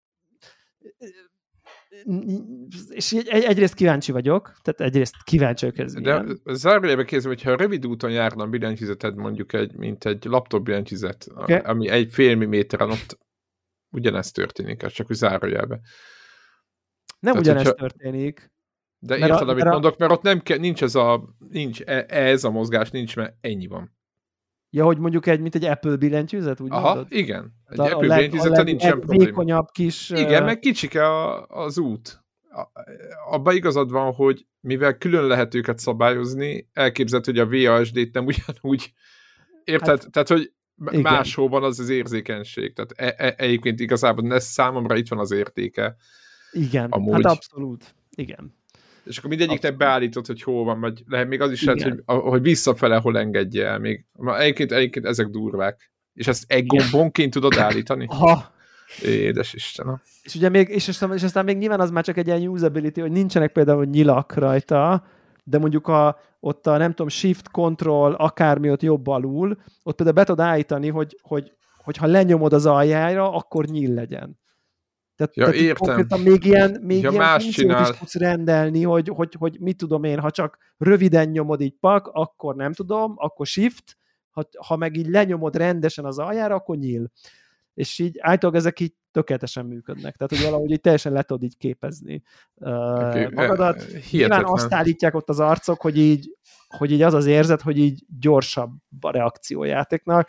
egyrészt kíváncsi vagyok, ez de zárójelbe kérdezem, hogyha rövid úton járna a billentyűzeted, mondjuk mint egy laptop billentyűzet, ami 1,5 milliméteren ott ugyanezt történik, ez csak úgy zárójelbe. Nem ugyanezt történik. De érted, amit mondok, mert ott nincs ez a mozgás, nincs, mert ennyi van. Ja, hogy mondjuk mint egy Apple billentyűzet, úgy mondod? Igen. Egy Apple billentyűzeten nincsen probléma. Vékonyabb kis... Igen, meg kicsike az út. Abban igazad van, hogy mivel külön lehet őket szabályozni, elképzelhető, hogy a VASD-t nem ugyanúgy érted? Hát, tehát, hogy máshol van az érzékenység. Tehát egyébként igazából ez számomra itt van az értéke. Igen, amúgy. Hát abszolút. Igen. És akkor mindegyiknek beállított, hogy hol van, vagy lehet még az is lehet, hogy visszafele hol engedje el még. Egyébként ezek durvák. És ezt egy gombonként tudod állítani? Aha. Édes Istenem. És ugye és aztán még nyilván az már csak egy ilyen usability, hogy nincsenek például nyilak rajta, de mondjuk ott a nem tudom, shift, control, akármi ott jobb alul, ott például be tudod állítani, hogy ha lenyomod az aljára, akkor nyíl legyen. Tehát értem. Még ilyen funkciót is tudsz rendelni, hogy mit tudom én, ha csak röviden nyomod így akkor nem tudom, akkor shift, ha meg így lenyomod rendesen az aljára, akkor nyíl. És így általában ezek így tökéletesen működnek. Tehát, hogy valahogy így teljesen le tudod így képezni magadat. Nyilván azt állítják ott az arcok, hogy így az az érzet, hogy így gyorsabb a reakciójátéknak.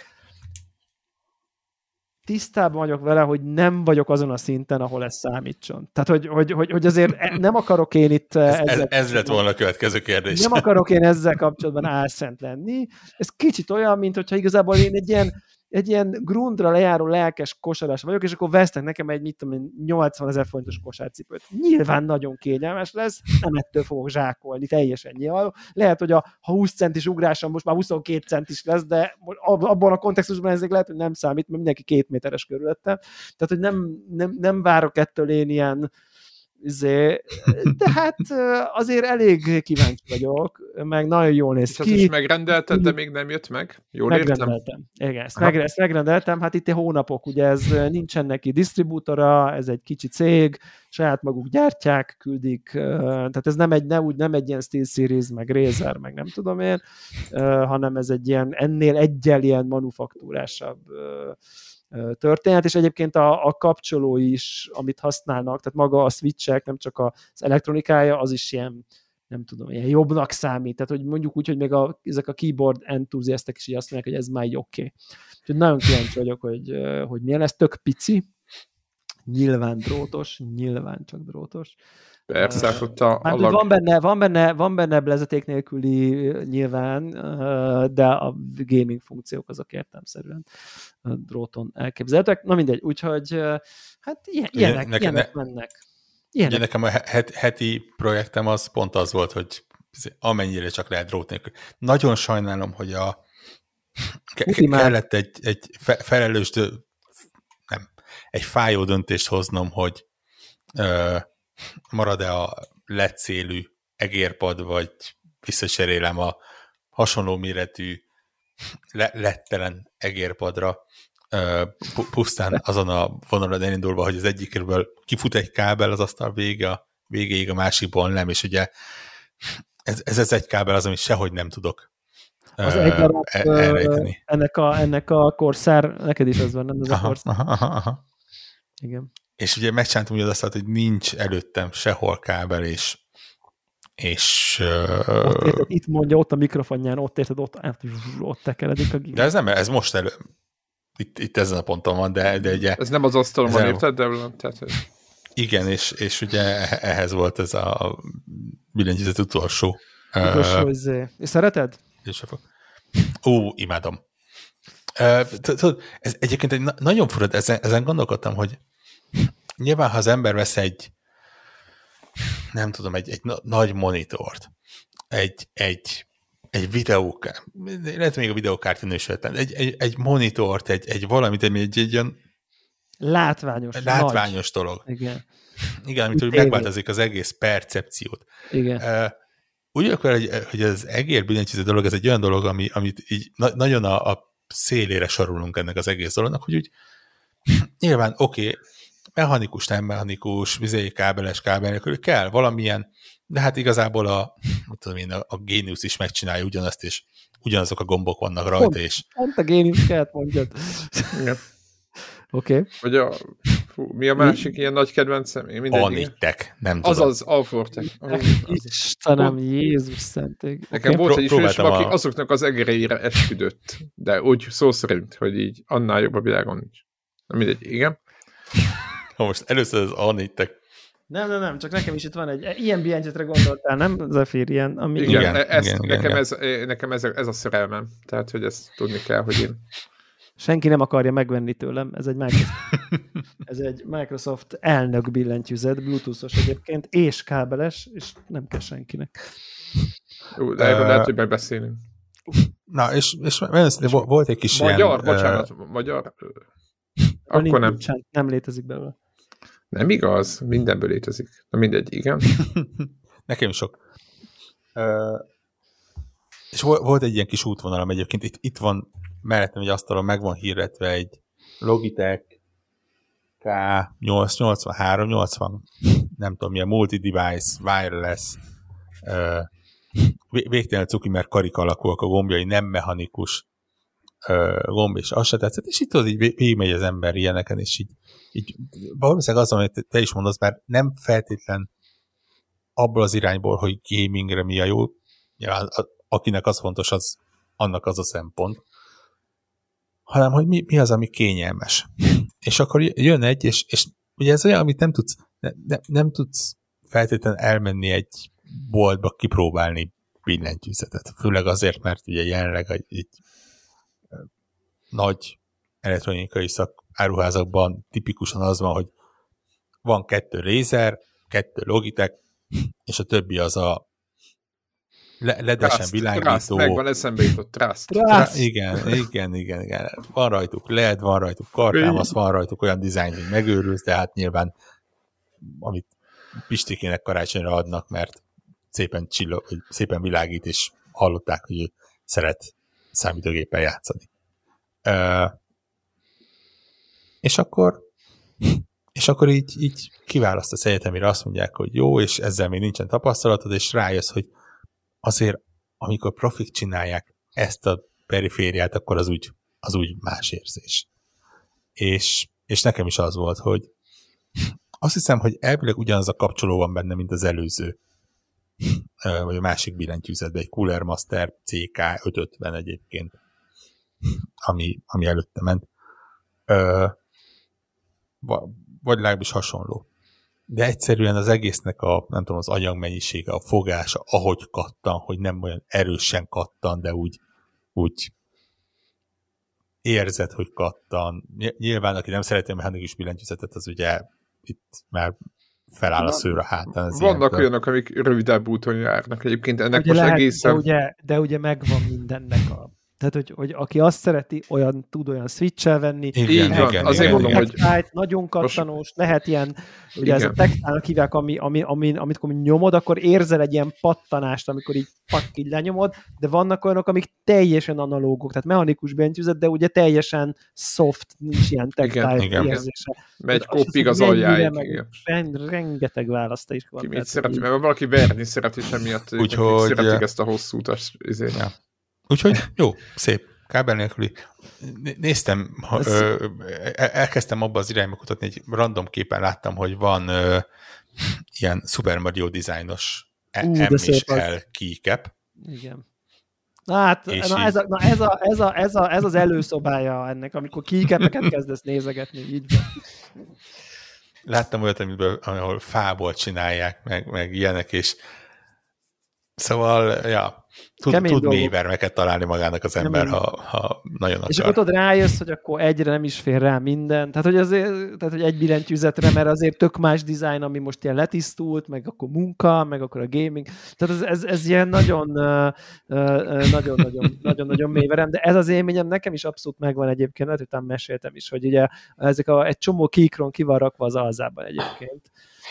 Tisztában vagyok vele, hogy nem vagyok azon a szinten, ahol ez számítson. Tehát, hogy azért nem akarok én itt... Ez lett volna a következő kérdés. Nem akarok én ezzel kapcsolatban álszent lenni. Ez kicsit olyan, mint hogyha igazából én egy ilyen grundra lejáró lelkes kosaras vagyok, és akkor vesznek nekem egy, mit tudom én, 80 000 forintos kosárcipőt. Nyilván nagyon kényelmes lesz, nem ettől fogok zsákolni, teljesen nyilván. Lehet, hogy ha 20 centis ugrásom most már 22 centis lesz, de abban a kontextusban ezek lehet, hogy nem számít, mert mindenki 2 méteres körülöttem. Tehát, hogy nem várok ettől én ilyen de hát azért elég kíváncsi vagyok, meg nagyon jól néz ki. És megrendelted, de még nem jött meg? Jól megrendeltem. Igen, ezt megrendeltem, hát itt hónapok, ugye ez nincsen neki disztribútora, ez egy kicsi cég, saját maguk gyártják, küldik, tehát ez nem egy ilyen SteelSeries, meg Razer, meg nem tudom én, hanem ez egy ilyen, ennél egyel ilyen manufaktúrásabb történet, és egyébként a kapcsoló is, amit használnak, tehát maga a switchek, nem csak az elektronikája, az is ilyen, nem tudom, ilyen jobbnak számít, tehát hogy mondjuk úgy, hogy még ezek a keyboard entuziasztek is így azt mondják, hogy ez már így oké. Úgyhogy nagyon kíváncsi vagyok, hogy milyen lesz, tök pici, nyilván csak drótos. Persze, ott van benne vezeték nélküli nyilván, de a gaming funkciók azok értelemszerűen dróton elképzelhetőek. Na mindegy, úgyhogy hát ilyenek mennek. Ugye nekem a heti projektem az pont az volt, hogy amennyire csak lehet drót nélkül. Nagyon sajnálom, hogy kellett egy felelős, egy fájó döntést hoznom, hogy marad-e a LED szélű egérpad, vagy visszacserélem a hasonló méretű lettelen egérpadra, pusztán azon a vonalon elindulva, hogy az egyikről kifut egy kábel az asztal végéig, a másikból nem, és ugye ez egy kábel az, amit sehogy nem tudok az elrejteni. Ennek a Corsair, neked is az van, nem? Ez a Corsair. Aha. Igen. És ugye megcsináltam úgy azt, hogy nincs előttem sehol kábel, és ott érted, itt mondja, ott a mikrofonján, ott érted, ott tekeledik a gig. De ez nem, ez most itt ezen a ponton van, de ugye... Ez nem az asztalon van, érted? Tehát... Igen, és ugye ehhez volt ez a billentyűzet utolsó. És szereted? Imádom. Ez egyébként egy nagyon fura, ezen gondolkodtam, hogy nyilván, ha az ember vesz egy nagy monitort, egy egy videókártya, lehet még a videókártya nősöltem, egy monitort, egy valamit, egy ilyen látványos dolog. Igen. Igen, amit úgy megváltozik az egész percepciót. Igen. Úgy akkor, hogy az egér billentyűzet dolog, ez egy olyan dolog, amit így nagyon a szélére sorolunk ennek az egész dolognak, hogy úgy nyilván oké, mechanikus, nem mechanikus, kábeles, kábel nélkül kell valamilyen, de hát igazából a Genius is megcsinálja ugyanazt, és ugyanazok a gombok vannak rajta, és... Pont a Genius kellett mondjad. Igen. Oké. Vagy mi a másik ilyen nagy kedvencem? Anittek, nem tudom. Azaz, Alfortek. Istenem, Jézus szenték. Nekem volt egy ismerősöm, aki azoknak az egereire esküdött, de úgy szó szerint, hogy így annál jobb a világon nincs. Mindegy, igen. Most először az Anittek. Nem, csak nekem is itt van egy ilyen billentyűzetre gondoltál, nem? Zephyr, ilyen, ami... Igen, nekem ez a szerelmem. Tehát, hogy ezt tudni kell, hogy én... Senki nem akarja megvenni tőlem, ez egy Microsoft elnök billentyűzet, Bluetooth-os egyébként, és kábeles, és nem kell senkinek. De erről lehet, hogy megbeszélünk. Na, és volt egy kis magyar. Akkor nem. Nem létezik belőle. Nem igaz, mindenből létezik. Na mindegy, igen. Nekem sok. És volt egy ilyen kis útvonalam egyébként, itt van mellettem egy asztalon, meg van hirdetve egy Logitech K883-80, nem tudom milyen, multi-device, wireless, végtelen cuki, mert karika alakúak a gombjai, nem mechanikus gomb, és az se tetszett, és itt tudod, így végigmegy az ember ilyeneken, és így valószínűleg az, amit te is mondasz, mert nem feltétlen abból az irányból, hogy gamingre mi a jó, akinek az fontos, annak az a szempont, hanem, hogy mi az, ami kényelmes. És akkor jön egy, és ugye ez olyan, amit nem tudsz feltétlenül elmenni egy boltba kipróbálni billentyűzetet. Főleg azért, mert ugye jelenleg egy nagy elektronikai áruházakban tipikusan az van, hogy van 2 Razer, 2 Logitech, és a többi az a ledesen világító. Megvan eszembe jutott, Trust. Igen. Van rajtuk LED, van rajtuk kartámasz, van rajtuk olyan dizájn, hogy megőrülsz, de hát nyilván amit Pistikének karácsonyra adnak, mert szépen világít, és hallották, hogy ő szeret számítógéppel játszani. És akkor így kiválasztasz egyet, amire azt mondják, hogy jó, és ezzel még nincsen tapasztalatod, és rájössz, hogy azért, amikor profik csinálják ezt a perifériát, akkor az úgy más érzés. És nekem is az volt, hogy azt hiszem, hogy elvileg ugyanaz a kapcsoló van benne, mint az előző, vagy a másik billentyűzetben, egy Cooler Master CK550 egyébként, ami előtte ment. Vagy legalábbis hasonló. De egyszerűen az egésznek nem tudom, az anyagmennyisége, a fogása, ahogy kattan, hogy nem olyan erősen kattan, de úgy érzed, hogy kattan. Nyilván, aki nem szereti a mechanikus billentyűzetet, az ugye itt már feláll a szőr a hátán. Vannak olyanok, amik rövidebb úton járnak. Egyébként ennek ugye most lehet, egészen... De ugye megvan mindennek tehát, hogy aki azt szereti, tud olyan switch-el venni. Igen. Azért mondom, hogy... Nagyon kattanós, lehet ilyen, ugye ez a textálnak hívják, amit nyomod, akkor érzel egy ilyen pattanást, amikor így így lenyomod, de vannak olyanok, amik teljesen analógok, tehát mechanikus billentyűzet, de ugye teljesen soft, nincs ilyen textile érzése. Megy koppig az aljáig. Rengeteg választás is van. Ki mit szereti, mert valaki verni szereti, semmiatt szeretik ezt a hosszú utas izét. Úgyhogy jó, szép, kábel nélküli. Néztem, elkezdtem abba az irányba kutatni, egy random képen láttam, hogy van ilyen Super Mario dizájnos M és L keycap. Igen. Ez az előszobája ennek, amikor keycapeket kezdesz nézegetni, így van. Láttam olyat, ahol fából csinálják, meg ilyenek, és Szóval, ja, tud mély vermeket találni magának az ember, ha nagyon akar. És akkor tudod, rájössz, hogy akkor egyre nem is fér rá minden. Tehát, hogy egy billentyűzetre, mert azért tök más dizájn, ami most ilyen letisztult, meg akkor munka, meg akkor a gaming. Tehát ez ilyen nagyon mély verem, de ez az élményem nekem is abszolút megvan egyébként, mert utána meséltem is, hogy ugye egy csomó Keychron ki van rakva az alzában egyébként.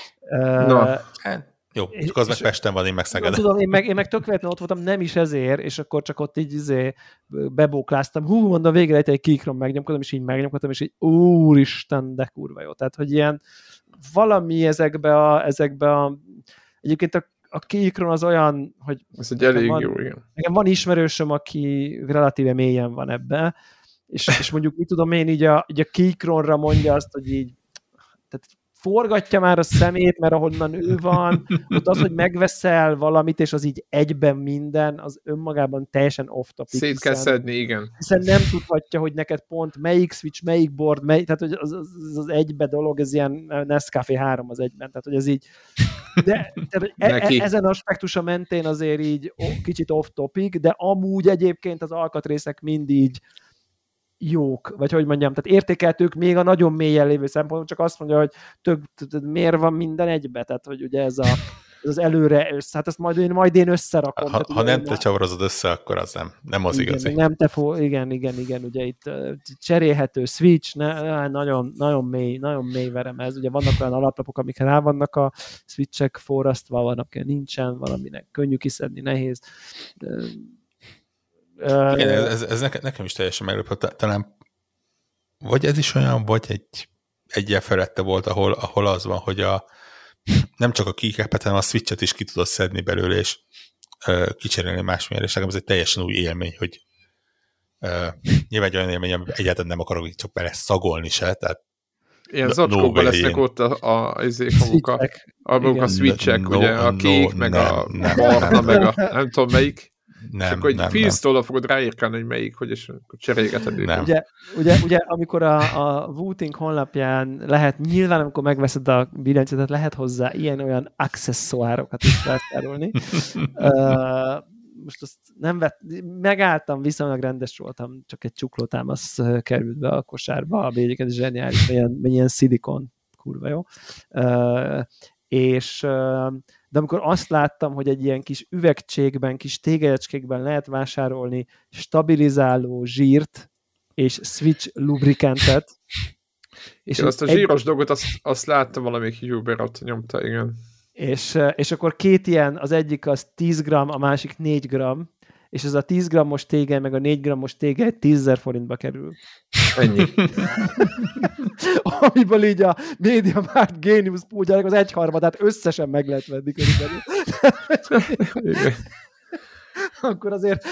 Jó, csak az meg Pesten van, én meg Szegeden. Tudom, én meg tök véletlenül ott voltam, nem is ezért, és akkor csak ott így bebókláztam. Mondom, végre egy Keychron megnyomkodom, és így megnyomkodtam, és így úristen, de kurva jó. Tehát, hogy ilyen valami ezekbe a egyébként a Keychron az olyan, hogy ez egy elég jó, igen. Nekem van ismerősöm, aki relatíve mélyen van ebbe, és mondjuk, mit tudom én, így a Keychronra mondja azt, hogy így, tehát forgatja már a szemét, mert ahonnan ő van, ott az, hogy megveszel valamit, és az így egyben minden, az önmagában teljesen off-topic. Szét kell szedni, igen. Hiszen nem tudhatja, hogy neked pont melyik switch, melyik board, tehát hogy az egybe dolog, ez ilyen Nescafé 3 az egyben, tehát hogy ez így, de tehát, ezen aspektusa mentén azért így kicsit off-topic, de amúgy egyébként az alkatrészek mind így jók, vagy hogy mondjam, tehát értékeltük még a nagyon mélyen lévő szempontból, csak azt mondja, hogy miért van minden egybe, tehát hogy ugye ez az előre össze, hát ezt majd én összerakom. Ha nem te csavarozod össze, akkor az nem az igen, igazi. Nem te igen, ugye itt cserélhető switch, nagyon mély verem ez, ugye vannak olyan alaplapok, amik rá vannak a switchek forrasztva, vannak, nincsen, valaminek könnyű kiszedni, nehéz. Igen, ez nekem is teljesen meglepő. Talán vagy ez is olyan, vagy egyel felette volt, ahol az van, hogy nem csak a keycapet, hanem a switchet is ki tudod szedni belőle, és kicserélni másmilyen, és nekem ez egy teljesen új élmény, hogy nyilván egy olyan élmény, amiben egyáltalán nem akarok így csak bele szagolni se, tehát ilyen zacskóban lesznek ott a switchek, ugye a kék, meg a barna, meg a nem tudom melyik. És akkor egy filztollal fogod ráírkálni, hogy melyik, hogy és cserélgeted őket. Ugye, amikor a Wooting honlapján lehet, nyilván amikor megveszed a billentyűzetet, lehet hozzá ilyen-olyan accesszoárokat is feltárolni. Most azt megálltam, viszonylag rendes voltam, csak egy csuklótámasz került be a kosárba, a bélyeket zseniális, ilyen szilikon, kurva jó. De amikor azt láttam, hogy egy ilyen kis üvegcsékben, kis tégelyecskékben lehet vásárolni stabilizáló zsírt és switch lubrikantet. És azt a zsíros dolgot, azt láttam, valamelyik youtuber ott nyomta, igen. És akkor két ilyen, az egyik az 10 g, a másik 4 g, és ez a 10 g-os tégely, meg a 4 g-os tégely 10 000 forintba kerül. Ennyi. Amiből így a MediaMarkt Genius pultjának az 1/3-át összesen meg lehet venni körülbelül. Akkor azért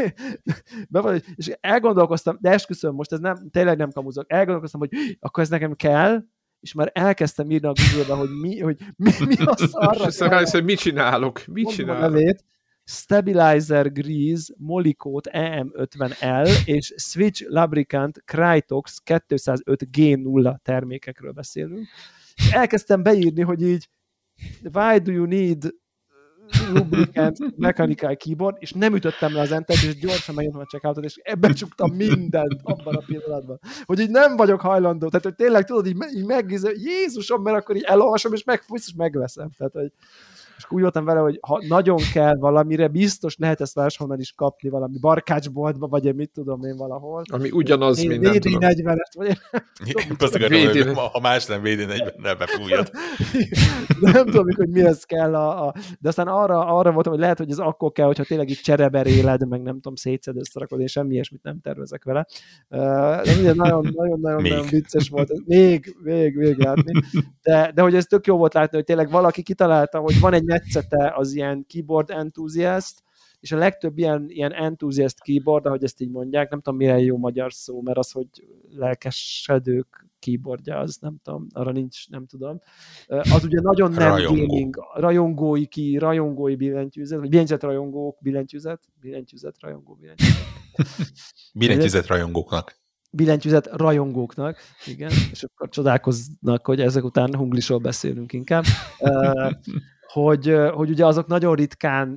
és elgondolkoztam, de esküszöm, most ez tényleg nem kamuzok, elgondolkoztam, hogy akkor ez nekem kell, és már elkezdtem írni a Google-be, hogy mi a szarra kell. És hogy mit csinálok? Stabilizer Grease Molykote EM50L és Switch Lubricant Krytox 205 G0 termékekről beszélünk. És elkezdtem beírni, hogy így why do you need lubricant mechanical keyboard, és nem ütöttem le az entert, és gyorsan megjöttem a checkoutot, és ebben csuktam mindent abban a pillanatban. Hogy így nem vagyok hajlandó. Tehát, hogy tényleg tudod, így megnézem, Jézusom, mert akkor így elolvasom, és megveszem. Tehát, hogy és úgy voltam vele, hogy ha nagyon kell valamire, biztos lehet ezt máshonnan is kapni valami barkácsboltba, vagy én mit tudom én valahol. Ami ugyanaz, mint nem tudom. VD40-et, vagy én ha más nem VD40-nel befújod. Nem tudom, hogy mihez kell de aztán arra voltam, hogy lehet, hogy ez akkor kell, hogyha tényleg itt csereberéled, meg nem tudom, szétszed, összerakod, én semmi ilyesmit nem tervezek vele. De minden nagyon vicces volt. Még látni. De hogy ez tök jó volt látni, hogy tényleg valaki kitalálta, hogy van egy metszete az ilyen keyboard enthusiast, és a legtöbb ilyen enthusiast keyboard, ahogy ezt így mondják, nem tudom, mire jó magyar szó, mert az, hogy lelkesedők keyboardja, az nem tudom, arra nincs, nem tudom. Az ugye nagyon nem gaming, rajongói billentyűzet, vagy billentyűzet rajongók, billentyűzet rajongó billentyűzet. Billentyűzet rajongóknak. Billentyűzet rajongóknak, igen, és akkor csodálkoznak, hogy ezek után hunglisról beszélünk inkább, hogy ugye azok nagyon ritkán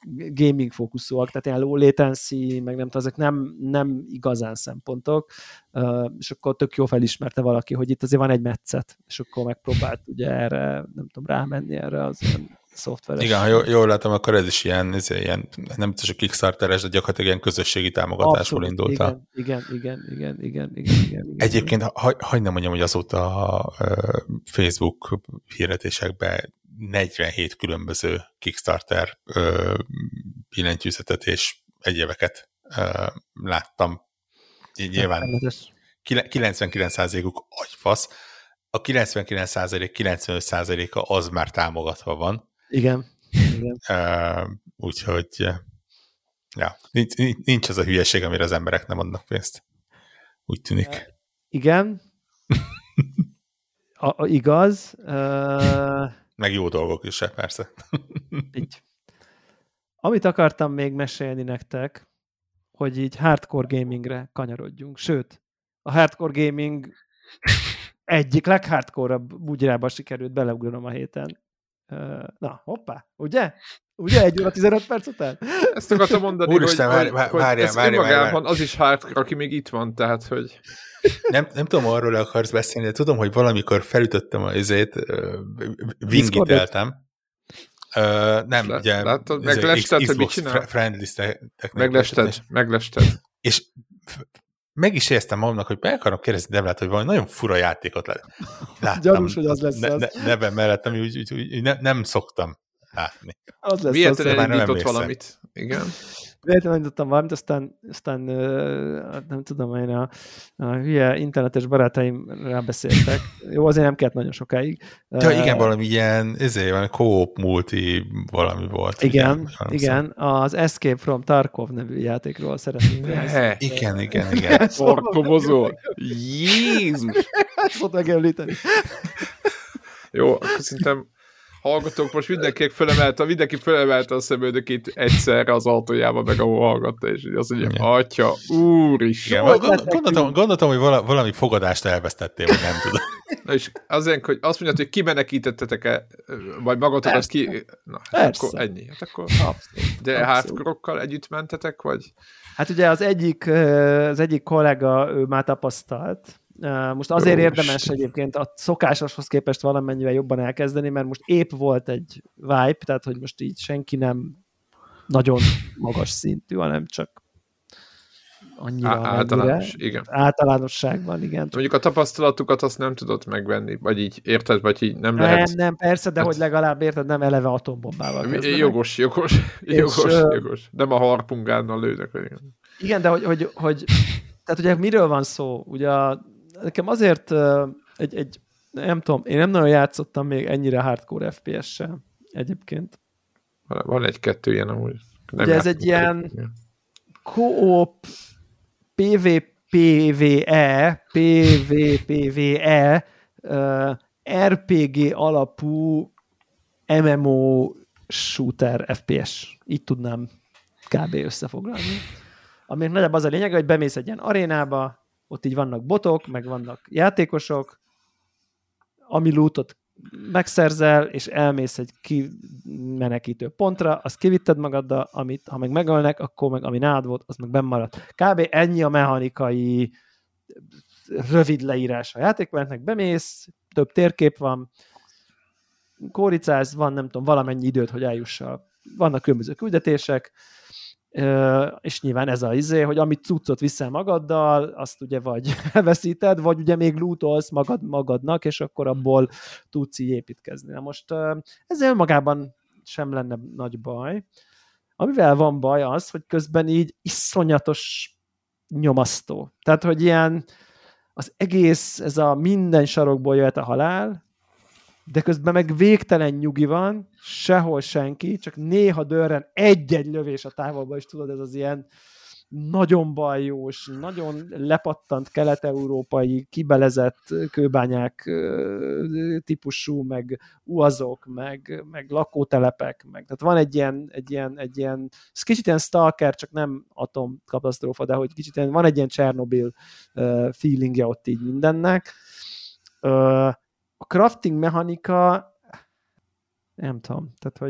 gaming fókuszúak, tehát ilyen low latency, meg nem tudom, ezek nem igazán szempontok, és akkor tök jó felismerte valaki, hogy itt azért van egy metszet, és akkor megpróbált ugye erre, nem tudom, rámenni erre az ilyen szoftveres. Igen, ha jól látom, akkor ez is ilyen nem biztos a Kickstarteres, de gyakorlatilag ilyen közösségi támogatásból indult. Igen. Egyébként, hagyd nem mondjam, hogy azóta a Facebook hirdetésekben 47 különböző Kickstarter billentyűzetet és egyébeket láttam. Nyilván 99%-uk agyfasz. A 99%-95%-a az már támogatva van. Igen. Úgyhogy ja, nincs az a hülyeség, amire az emberek nem adnak pénzt. Úgy tűnik. Igen. Igaz. Meg jó dolgok is, persze. Így. Amit akartam még mesélni nektek, hogy így hardcore gamingre kanyarodjunk. Sőt, a hardcore gaming egyik leghardcore-abb bugyrába sikerült beleugranom a héten. Na, hoppá, ugye? Ugye 1 óra 15 perc után? Ezt akartam mondani, Úristen, hogy ez önmagában az is hardcore, aki még itt van, tehát, hogy... Nem tudom, arról akarsz beszélni, de tudom, hogy valamikor felütöttem az wingiteltem. Nem, ugye... Látod, meglested, hogy mit csinál? Meglested. És meg is éreztem magamnak, hogy be akarom kérdezni Devlát, hogy valami nagyon fura játékot láttam. Gyanús, hogy az lesz az. Neve mellettem, úgy nem szoktam látni. Az lesz Miért elindított valamit? Igen. Véletlenül indítottam valamit, aztán nem tudom, én a hülye internetes barátaim rábeszéltek. Jó, azért nem kellett nagyon sokáig. De igen, valami ilyen valami co-op multi valami volt. Igen, az Escape from Tarkov nevű játékról szeretnénk. Igen. Tarkovozó. Jézus! Ezt volt megemlíteni. Jó, akkor szerintem hallgatók, most mindenki felemelte a szemöldökét egyszerre az autójába, meg ahol hallgatta, és azt mondja, atya, úristen. Gondoltam, hogy valami fogadást elvesztettél, vagy nem tudom. Na és azért, hogy azt mondjad, hogy kimenekítettetek-e, vagy magatokat ki... Na, akkor ennyi. Hát akkor... De hardcore-okkal együtt mentetek, vagy? Hát ugye az egyik kollega, ő már tapasztalt. Most azért érdemes egyébként a szokásoshoz képest valamennyivel jobban elkezdeni, mert most épp volt egy vibe, tehát hogy most így senki nem nagyon magas szintű, hanem csak annyira általános, igen. Általánosságban, igen. Mondjuk a tapasztalatukat azt nem tudod megvenni, vagy így érted, vagy így nem lehet. Nem, persze, de hogy legalább érted, nem eleve atombombával kezdenek. Jogos. Nem a harpungánnal lőnek. Igen, de hogy tehát ugye miről van szó? Ugye nekem azért nem tudom, én nem nagyon játszottam még ennyire hardcore FPS-sel egyébként. Van egy-kettő ilyen amúgy. Ugye ez egy ilyen co-op PvPvE RPG alapú MMO shooter FPS. Így tudnám kb. Összefoglalni. Aminek nagyobb az a lényeg, hogy bemész egy ilyen arénába, ott így vannak botok, meg vannak játékosok, ami lootot megszerzel, és elmész egy kimenekítő pontra, azt kivitted magaddal, amit, ha meg megölnek, akkor meg ami nálad volt, az meg benn maradt. Kb. Ennyi a mechanikai rövid leírás a játékmenetnek, bemész, több térkép van, kóricálsz, van nem tudom, valamennyi időt, hogy eljussal. Vannak különböző küldetések, és nyilván ez az hogy amit cuccot viszel magaddal, azt ugye vagy elveszíted, vagy ugye még lootolsz magadnak, és akkor abból tudsz így építkezni. Na most ezzel magában sem lenne nagy baj. Amivel van baj az, hogy közben így iszonyatos nyomasztó. Tehát, hogy ilyen az egész, ez a minden sarokból jöhet a halál, de közben meg végtelen nyugi van, sehol senki, csak néha dörren egy-egy lövés a távolba, és tudod, ez az ilyen nagyon bajós, nagyon lepattant kelet-európai, kibelezett kőbányák típusú, meg uazok, meg lakótelepek, meg. Tehát van egy ilyen ez kicsit ilyen Stalker, csak nem atomkatasztrófa, de hogy kicsit van egy ilyen Csernobil feelingje ott így mindennek. A crafting mechanika nem tudom, tehát hogy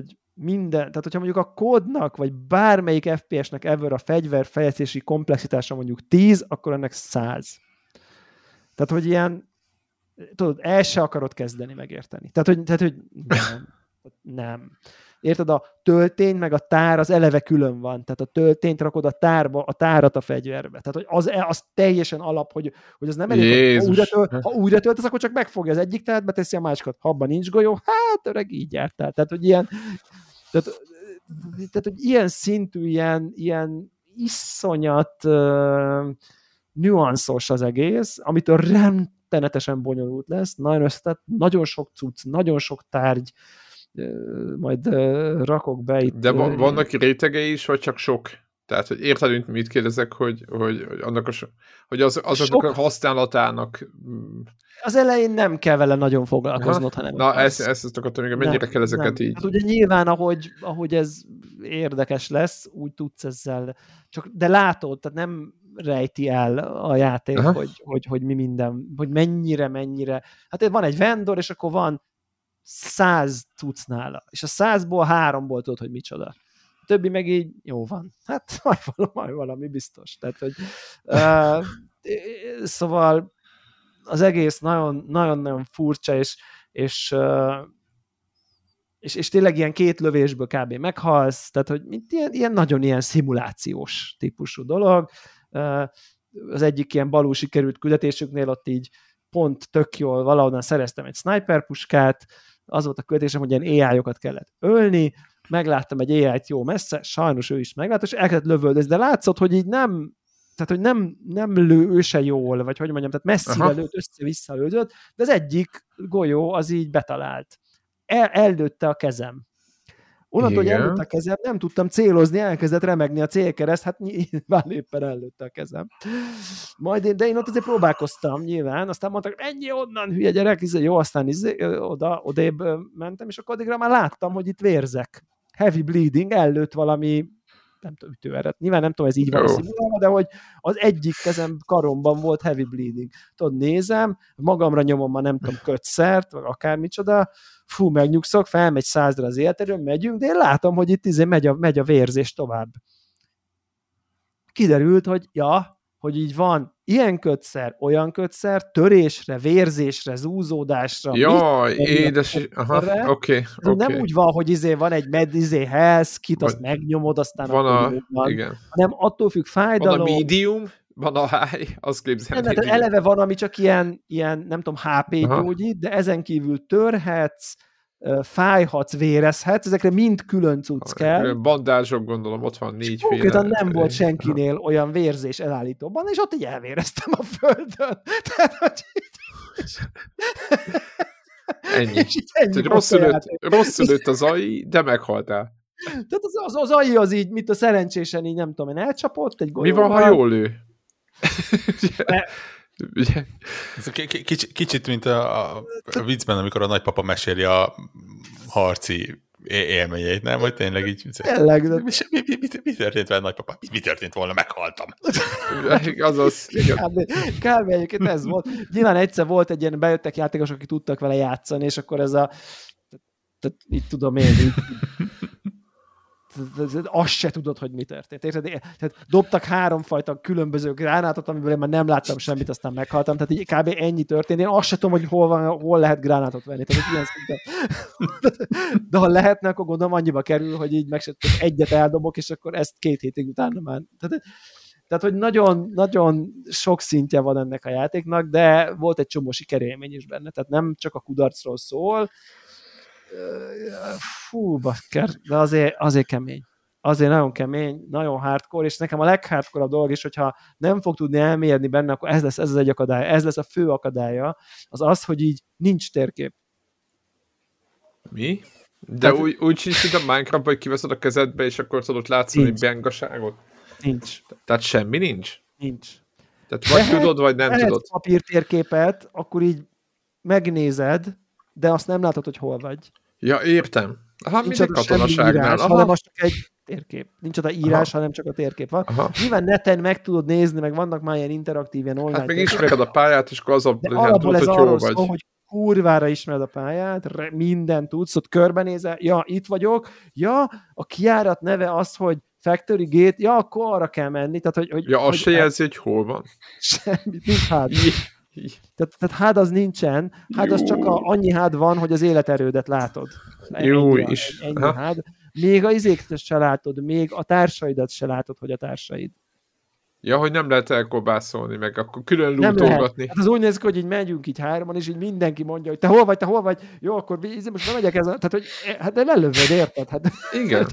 minden, tehát hogyha mondjuk a kódnak, vagy bármelyik FPS-nek ever a fegyverfejlesztési komplexitása mondjuk 10, akkor ennek 100. Tehát, hogy ilyen, tudod, el se akarod kezdeni megérteni. Tehát, hogy nem. Érted, a töltény meg a tár az eleve külön van. Tehát a töltényt rakod a tárba, a tárat a fegyverbe. Tehát, hogy az teljesen alap, hogy az nem elég, ha újra töltesz, akkor csak megfogja az egyik tárat, beteszi a másikat. Ha abban nincs golyó, hát öreg, így jártál. Tehát, hogy ilyen hogy ilyen szintű, ilyen iszonyat nüanszos az egész, amitől rettenetesen bonyolult lesz, nagyon összetett, nagyon sok cucc, nagyon sok tárgy, majd rakok be itt. De vannak rétegei is, vagy csak sok? Tehát, hogy érted, mit kérdezek, hogy annak azoknak a használatának... Az elején nem kell vele nagyon foglalkoznod, hanem... Na, ezt akartam, még mennyire kell ezeket így? Hát ugye nyilván, ahogy ez érdekes lesz, úgy tudsz ezzel... De látod, tehát nem rejti el a játék, hogy mi minden, hogy mennyire... Hát van egy vendor, és akkor van 100 cucc nála, és a 100-ból 3-ból tudod, hogy micsoda. A többi meg így jó van. Hát majd valami biztos. Tehát, hogy szóval az egész nagyon-nagyon furcsa, és tényleg ilyen 2 lövésből kb. Meghalsz, tehát, hogy ilyen nagyon ilyen szimulációs típusú dolog. Az egyik ilyen balul sikerült küldetésüknél ott így pont tök jól valahonnan szereztem egy sniper puskát, az volt a küldetésem, hogy ilyen AI-okat kellett ölni, megláttam egy AI-t jó messze, sajnos ő is meglátta, és elkezdett lövöldözni, de látszott, hogy így nem, tehát hogy nem lő ő se jól, vagy hogy mondjam, tehát messzivel lőtt, össze-vissza lődött, de az egyik golyó az így betalált. Ellőtte a kezem. Onnantól, hogy ellőtte a kezem, nem tudtam célozni, elkezdett remegni a célkereszt, hát nyilván éppen ellőtte a kezem. De én ott azért próbálkoztam nyilván, aztán mondtak, ennyi onnan, hülye gyerek, jó, aztán odébb mentem, és akkor addigra már láttam, hogy itt vérzek. Heavy bleeding, ellőtt valami, nem tudom, ütőeret. Nyilván nem tudom, ez így van szimulálva, de hogy az egyik kezem karomban volt heavy bleeding. Tudod, nézem, magamra nyomom már nem tudom, kötszert, vagy akármicsoda, megnyugszok, felmegy 100-ra az életerő, megyünk, de én látom, hogy itt megy a vérzés tovább. Kiderült, hogy így van ilyen kötszer, olyan kötszer, törésre, vérzésre, zúzódásra. Jaj, édes, oké. Nem úgy van, hogy van egy health kit, azt megnyomod, aztán van, hanem attól függ fájdalom. Van a medium, van a high, azt képzelni. Eleve van, ami csak ilyen nem tudom, HP gyógyít, de ezen kívül törhetsz, fájhatsz, vérezhetsz, ezekre mind külön cucc kell. Külön bandázsok, gondolom, ott van 4 féle. Konkrétan nem volt senkinél olyan vérzés elállítóban, és ott így elvéreztem a földön. Tehát, hogy ennyi. Rosszul lőtt az AI, de meghaltál. Tehát az AI az így, mint a szerencsésen így, nem tudom én, elcsapott egy golyóval. Mi van, ha jól lő? Kicsit, mint a viccben, amikor a nagypapa meséli a harci élményeit, nem? Hogy tényleg így... Tényleg. Mi történt vele, nagypapa? Mi történt volna? Meghaltam. Azaz. Kb. Egyébként ez volt. Nyilván egyszer volt egy ilyen, bejöttek játékosok, akik tudtak vele játszani, és akkor ez tehát így tudom én, így azt se tudod, hogy mi történt. Tehát dobtak 3 fajta különböző gránátot, amiből én már nem láttam semmit, aztán meghaltam. Tehát így kb. Ennyi történt. Én azt se tudom, hogy hol lehet gránátot venni. Tehát ilyen de ha lehetne, akkor gondolom annyiba kerül, hogy így egyet eldobok, és akkor ezt 2 hétig utána már. Tehát hogy nagyon, nagyon sok szintje van ennek a játéknak, de volt egy csomó sikerélmény is benne. Tehát nem csak a kudarcról szól, bakker, de azért kemény. Azért nagyon kemény, nagyon hardcore, és nekem a leghardcore dolog is, hogyha nem fog tudni elmélyedni benne, akkor ez az egy akadály, ez lesz a fő akadálya, az, hogy így nincs térkép. Mi? De úgy sincs, mint a Minecraft, hogy kiveszed a kezedbe, és akkor tudod látszani bengaságot? Nincs. Tehát semmi nincs? Nincs. Tehát vagy tudod, vagy nem tudod. Ha papírtérképet, akkor így megnézed, de azt nem látod, hogy hol vagy. Ja, értem. Nincs oda katonaságnál. Hanem az csak egy térkép. Nincs oda írás, hanem csak a térkép van. Nyilván neten meg tudod nézni, meg vannak már ilyen interaktív, ilyen online. Hát meg ismered a pályát, és akkor az de alapból ez arról szól, kurvára ismered a pályát, mindent tudsz, ott körbenézel, ja, itt vagyok, ja, a kijárat neve az, hogy Factory Gate, ja, akkor arra kell menni. Tehát, hogy ja, azt se jelzi, hogy hol van. Semmit, nincs hád. Tehát hád az nincsen, hád az csak annyi hád van, hogy az életerődet látod. Jó is. Ennyi hád. Még a izéket se látod, még a társaidat se látod, hogy a társaid. Ja, hogy nem lehet elkobászolni, meg akkor külön lootolgatni. Hát az úgy néz ki, hogy így megyünk így hárman, és így mindenki mondja, hogy te hol vagy, jó, akkor most nem megyek ezen, tehát hogy hát de lelövöd, érted? Hát, igen.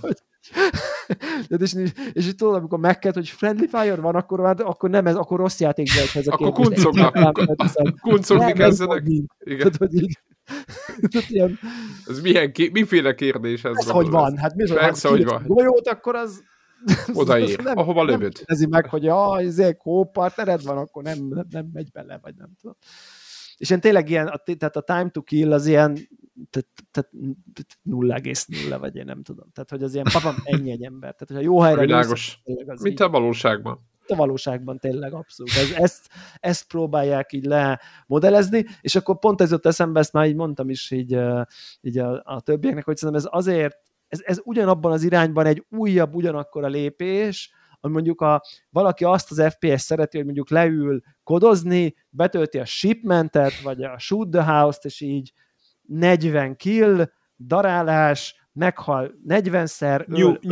És így tudod, amikor megkelt, hogy friendly fire van, akkor nem ez, akkor rossz játékban ez a akkor kuncogni kezdenek. Igen. Ilyen... Ez miféle kérdés ez? Ez hogy van? Hát mi hogy van. Golyót, akkor az... Odaér, ahova lövöd. Nem kérdezi meg, hogy ezért kópartnered van, akkor nem megy bele, vagy nem tudom. És én tényleg ilyen, tehát a time to kill az ilyen 0,0, vagy én nem tudom. Tehát, hogy az ilyen papam ennyi egy ember. Tehát, hogyha jó helyre világos. Mint a valóságban. A valóságban tényleg abszolút. Ezt próbálják így lemodellezni, és akkor pont ez jött eszembe, ezt már így mondtam is így a többieknek, hogy szerintem ez azért, ez ugyanabban az irányban egy újabb, ugyanakkor a lépés, hogy mondjuk valaki azt az FPS szereti, hogy mondjuk leül kodozni, betölti a shipmentet, vagy a shoot the house-t, és így 40 kill, darálás, meghal 40-szer.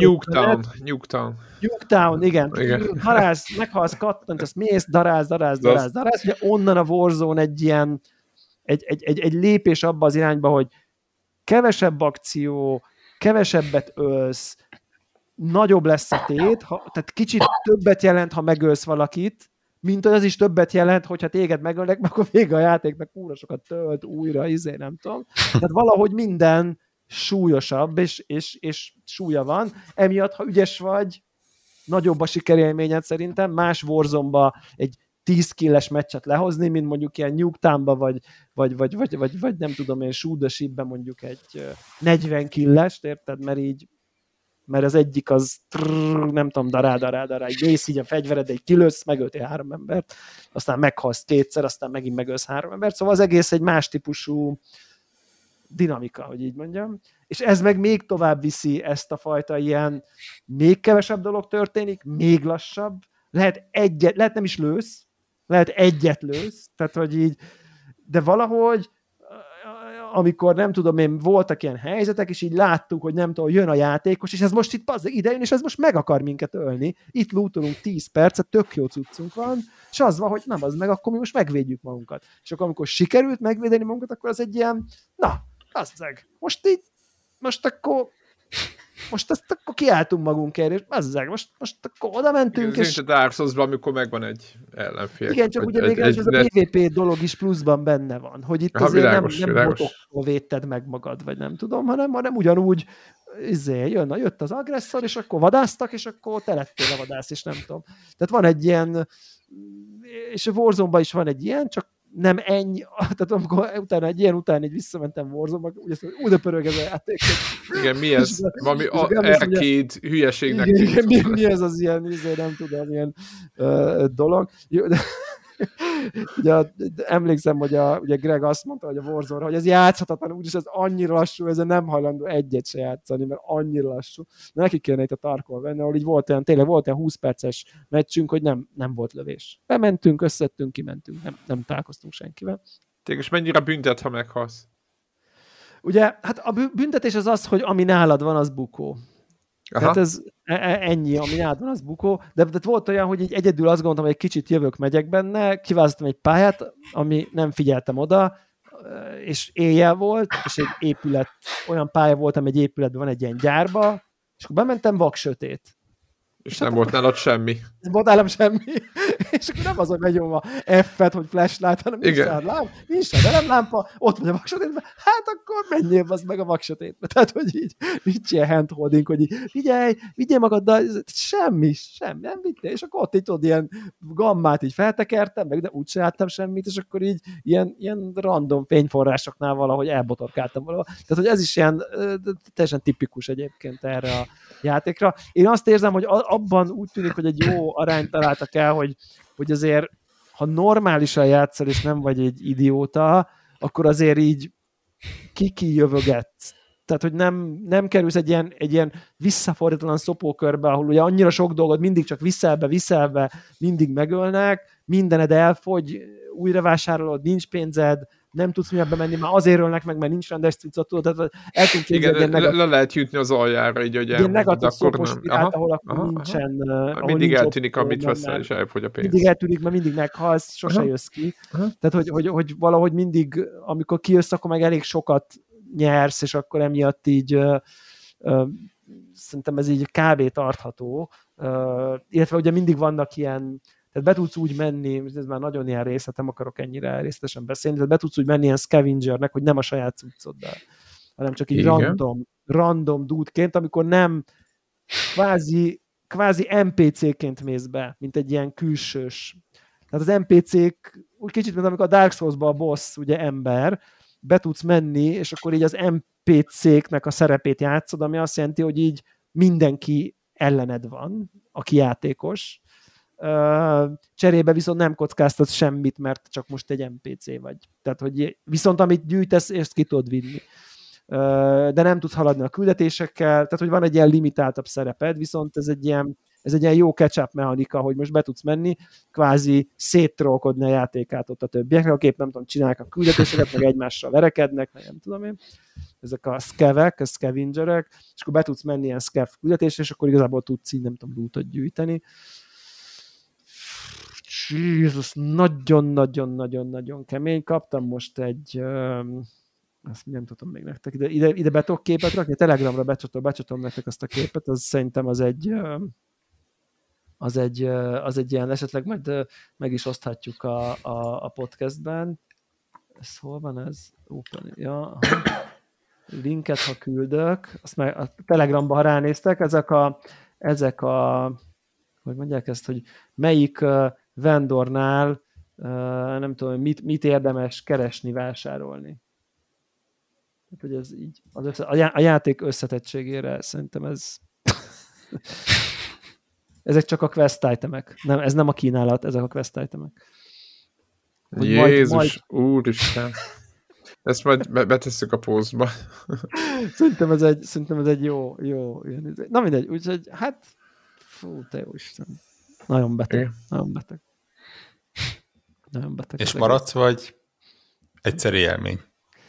Nuketown, igen. Meghalsz, kattantasz, mész, darálsz. Ugye onnan a Warzone egy ilyen, egy lépés abba az irányba, hogy kevesebb akció, kevesebbet ölsz, nagyobb lesz a tét, tehát kicsit többet jelent, ha megölsz valakit, mint az is többet jelent, hogyha téged megölnek, akkor vége a játéknak, újra sokat tölt, újra, nem tudom. Tehát valahogy minden súlyosabb, és súlya van. Emiatt, ha ügyes vagy, nagyobb a sikerélményed szerintem, más Warzone-ba egy 10 killes meccset lehozni, mint mondjuk ilyen Nuketown-ba, vagy nem tudom én, Shoot the Ship-ben mondjuk egy 40 killest, érted? Mert az egyik az nem tudom, darál, így mész így a fegyvered, egy kilősz, megöltél 3 embert, aztán meghalsz 2-szer, aztán megint megölsz 3 embert, szóval az egész egy más típusú dinamika, hogy így mondjam, és ez meg még tovább viszi ezt a fajta ilyen, még kevesebb dolog történik, még lassabb, lehet nem is lősz, lehet egyet lősz, tehát hogy így, de valahogy amikor nem tudom én, voltak ilyen helyzetek, és így láttuk, hogy nem tudom, jön a játékos, és ez most itt ide jön, és ez most meg akar minket ölni. Itt lootolunk 10 percet, tök jó cuccunk van, és az van, hogy nem az meg, akkor mi most megvédjük magunkat. És akkor amikor sikerült megvédeni magunkat, akkor az egy ilyen, na, azzeg, most ezt akkor kiálltunk magunkért, és azzeg, most akkor oda mentünk, igen, és... a Dark Souls-ban, amikor megvan egy ellenfél. Igen, csak ugye még ez a PvP dolog is pluszban benne van, hogy itt azért világos. Nem botoktól védted meg magad, vagy nem tudom, hanem ugyanúgy jött az agresszor, és akkor vadásztak, és akkor te lettél a vadász, és nem tudom. Tehát van egy ilyen, és a Warzone-ban is van egy ilyen, csak nem ennyi, tehát amikor egy ilyen után így visszamentem Warzone-ba, úgy azt mondom, de pörög ez a játék. Igen, mi ez? Valami arcade hülyeségnek. Igen, mi ez az ilyen, nem tudom, ilyen dolog. Ugye, emlékszem, hogy ugye Greg azt mondta, hogy a Warzone-ra, hogy ez játszhatatlan, úgyis ez annyira lassú, ez nem hajlandó egyet se játszani, mert annyira lassú. De neki kéne itt a Tarkon venni, ahol így volt olyan 20 perces meccsünk, hogy nem volt lövés. Bementünk, összettünk, kimentünk, nem találkoztunk senkivel. És mennyire büntet, ha meghalsz? Ugye, hát a büntetés az, hogy ami nálad van, az bukó. Aha. Tehát ez ennyi, ami nálad van, az bukó. De volt olyan, hogy így egyedül azt gondoltam, hogy egy kicsit megyek benne, kiválasztottam egy pályát, ami nem figyeltem oda, és éjjel volt, és egy épület, olyan pálya volt, ami egy épületben van egy ilyen gyárba, és akkor bementem vaksötét. És nem volt nálad semmi. Nem volt nálam semmi. És akkor nem az, hogy megnyomva F-et, hogy flashlight, hanem nincs rá lámpa, ott vagy a vaksötétben, hát akkor menjél az meg a vaksötétbe. Tehát, hogy így nincs ilyen handholding, hogy így vigyél magaddal, semmi, nem vittél. És akkor ott így tudod, ilyen gammát így feltekertem, meg de úgy se láttam semmit, és akkor így ilyen random fényforrásoknál valahogy elbotorkáltam valahol. Tehát, hogy ez is ilyen teljesen tipikus egyébként erre a játékra. Én azt érzem, hogy abban úgy tűnik, hogy egy jó arányt találtak el, hogy azért, ha normálisan játszol, és nem vagy egy idióta, akkor azért így ki jövögetsz. Tehát, hogy nem kerülsz egy ilyen visszafordítatlan szopókörbe, ahol ugye annyira sok dolgot mindig csak viszelbe, mindig megölnek, mindened elfogy, újra vásárolod, nincs pénzed, nem tudsz miatt bemenni, már azért ölnek meg, mert nincs rendes cuccot, tehát el tudsz igen, le lehet jutni az aljára, így, hogy ilyen negatív szopos spirát, ahol akkor nincsen... Mindig nincs eltűnik, amit veszel, és elfogy a pénz. Mindig eltűnik, mert mindig meghalsz, sose jössz ki. Tehát, hogy valahogy mindig, amikor kijössz, akkor meg elég sokat nyersz, és akkor emiatt így szerintem ez így kb. Tartható. Illetve ugye mindig vannak ilyen, tehát be tudsz úgy menni, ez már nagyon ilyen részlet, nem akarok ennyire részletesen beszélni, tehát be tudsz úgy menni ilyen scavengernek, hogy nem a saját cuccoddal, hanem csak így random dude-ként, amikor nem kvázi NPC-ként mész be, mint egy ilyen külsős. Tehát az NPC-k úgy kicsit, mint amikor a Dark Souls-ban a boss, ugye ember, be tudsz menni, és akkor így az NPC-knek a szerepét játszod, ami azt jelenti, hogy így mindenki ellened van, aki játékos. Cserébe viszont nem kockáztatsz semmit, mert csak most egy NPC vagy. Tehát, hogy viszont amit gyűjtesz, ezt ki tudod vinni. De nem tudsz haladni a küldetésekkel, tehát, hogy van egy ilyen limitáltabb szereped, viszont ez egy ilyen jó catch-up mechanika, hogy most be tudsz menni, kvázi széttrollkodni a játékát ott a többieknek, akik nem tudom, csinálják a küldetéseket, meg egymással verekednek, meg nem tudom én. Ezek a scavek, a scavengerek, és akkor be tudsz menni ilyen scav küldetésre, és akkor igazából tudsz így, nem tudom, lootot gyűjteni. Jézus, nagyon-nagyon-nagyon-nagyon kemény. Kaptam most egy... azt nem tudom még nektek, ide be tudok képet rakni, a Telegramra becsatom nektek azt a képet, az szerintem az egy ilyen, esetleg majd meg is oszthatjuk a podcastben. Ez hol van ez? Open. Ja, linket, ha küldök, azt már a Telegramban, ha ránéztek, ezek a hogy mondják ezt, hogy melyik vendornál nem tudom, mit érdemes keresni, vásárolni. Hogy ez így, a játék összetettségére szerintem ez ezek csak a quest itemek. Nem, ez nem a kínálat, ezek a quest itemek. Jézus, úristen. Ezt majd betesszük a posztba. Szerintem ez egy jó. Na mindegy, úgyhogy hát fú, te jó Isten. Nagyon beteg. És maradsz, vagy egyszeri élmény?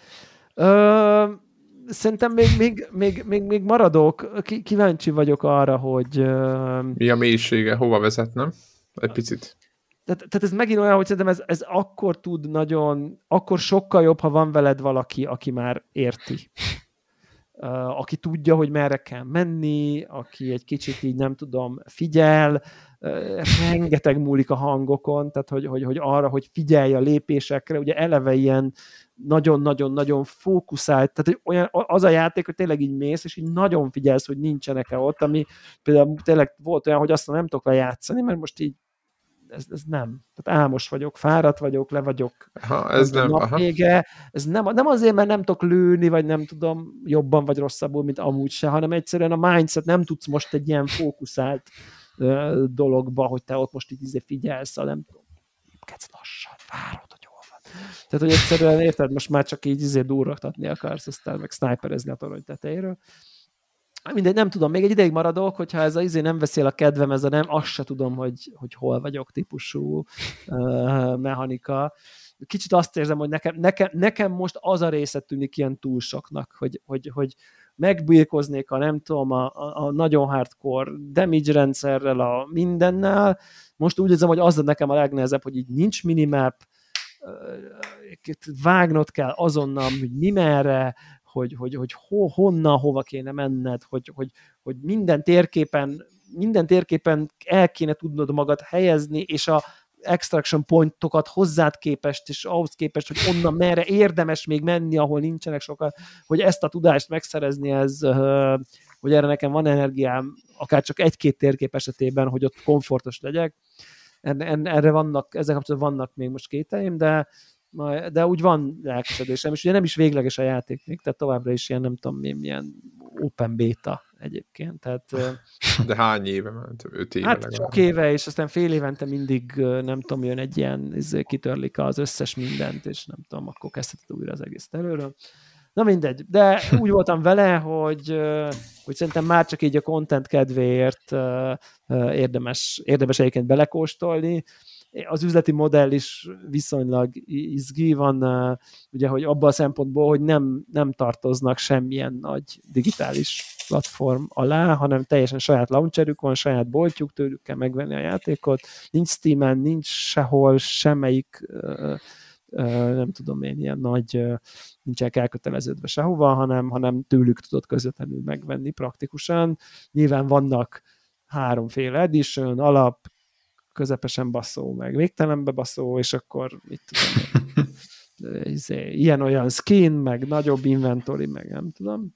Szerintem még maradok. Kíváncsi vagyok arra, hogy... Mi a mélysége? Hova vezet, nem? Egy picit. Tehát ez megint olyan, hogy szerintem ez akkor tud akkor sokkal jobb, ha van veled valaki, aki már érti. Aki tudja, hogy merre kell menni, aki egy kicsit így nem tudom, figyel, rengeteg múlik a hangokon, tehát hogy arra, hogy figyelj a lépésekre, ugye eleve ilyen nagyon-nagyon-nagyon fókuszált, tehát olyan, az a játék, hogy tényleg így mész, és így nagyon figyelsz, hogy nincsenek-e ott, ami például tényleg volt olyan, hogy azt nem tudok vele játszani, mert most így ez nem. Tehát álmos vagyok, fáradt vagyok, le vagyok. Ez nem. Napvége. Ez nem azért, mert nem tudok lőni, vagy nem tudom jobban vagy rosszabbul, mint amúgy se, hanem egyszerűen a mindset, nem tudsz most egy ilyen fókuszált dologba, hogy te ott most így figyelsz, nem tudom, kezd lassan, várod, hogy hol van. Tehát, hogy egyszerűen érted, most már csak így durraktatni akarsz, aztán meg sniperezni a torony tetejéről. Mindegy, nem tudom, még egy ideig maradok, hogyha ez a nem veszi el a kedvem, ez a nem, azt se tudom, hogy hol vagyok típusú mechanika. Kicsit azt érzem, hogy nekem most az a része tűnik ilyen túl soknak, hogy megbirkóznék nem tudom, a nagyon hardcore damage rendszerrel, a mindennel. Most úgy érzem, hogy az nekem a legnehezebb, hogy így nincs minimap, vágnod kell azonnal, hogy mi merre, hogy honnan, hova kéne menned, hogy minden térképen el kéne tudnod magad helyezni, és a extraction pointokat hozzád képest, és ahhoz képest, hogy onnan merre érdemes még menni, ahol nincsenek sokan, hogy ezt a tudást megszerezni, hogy erre nekem van energiám, akár csak egy-két térkép esetében, hogy ott komfortos legyek. Erre ezzel kapcsolatban vannak még most kételjeim, de úgy van lelkesedésem, és ugye nem is végleges a játék még, tehát továbbra is ilyen, nem tudom, milyen open beta egyébként. Tehát, de hány éve ment? 5 éve hát legalább. sok éve, és aztán fél évente mindig, nem tudom, jön egy ilyen, kitörlik az összes mindent, és nem tudom, akkor kezdheted újra az egész előről. Na mindegy, de úgy voltam vele, hogy szerintem már csak így a content kedvéért érdemes egyébként belekóstolni. Az üzleti modell is viszonylag izgi van, ugye, hogy abban a szempontból, hogy nem tartoznak semmilyen nagy digitális platform alá, hanem teljesen saját launcherük van, saját boltjuk, tőlük kell megvenni a játékot. Nincs Steamen, nincs sehol semmelyik nem tudom én, ilyen nagy nincsenek elköteleződve sehova, hanem tőlük tudod közvetlenül megvenni praktikusan. Nyilván vannak 3 edition, alap, közepesen baszó, meg végtelenbe baszó, és akkor mit tudom, ilyen-olyan skin, meg nagyobb inventory, meg nem tudom.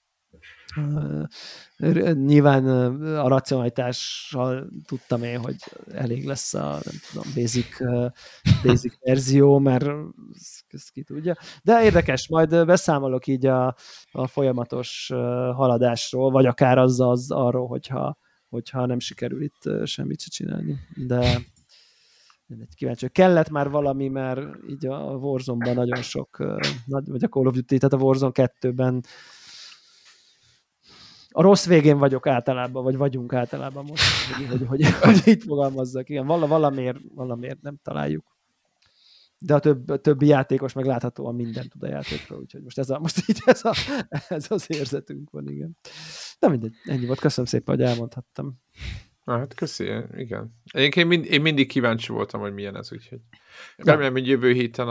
Nyilván a racionalitással tudtam én, hogy elég lesz a nem tudom, basic verzió, mert ezt ki tudja. De érdekes, majd beszámolok így a folyamatos haladásról, vagy akár arról, hogyha nem sikerül itt semmit se csinálni. De kíváncsi, kellett már valami, mert így a Warzone-ban nagyon sok, vagy a Call of Duty, tehát a Warzone 2-ben a rossz végén vagyok általában, vagy vagyunk általában most, hogy így fogalmazzak. Igen, valamiért nem találjuk. De a többi játékos meg láthatóan mindent tud a játékról, úgyhogy ez az érzetünk van, igen. De mindegy, ennyi volt. Köszönöm szépen, hogy elmondhattam. Hát köszi, igen. Én mindig kíváncsi voltam, hogy milyen ez, úgyhogy remélem, hogy jövő héten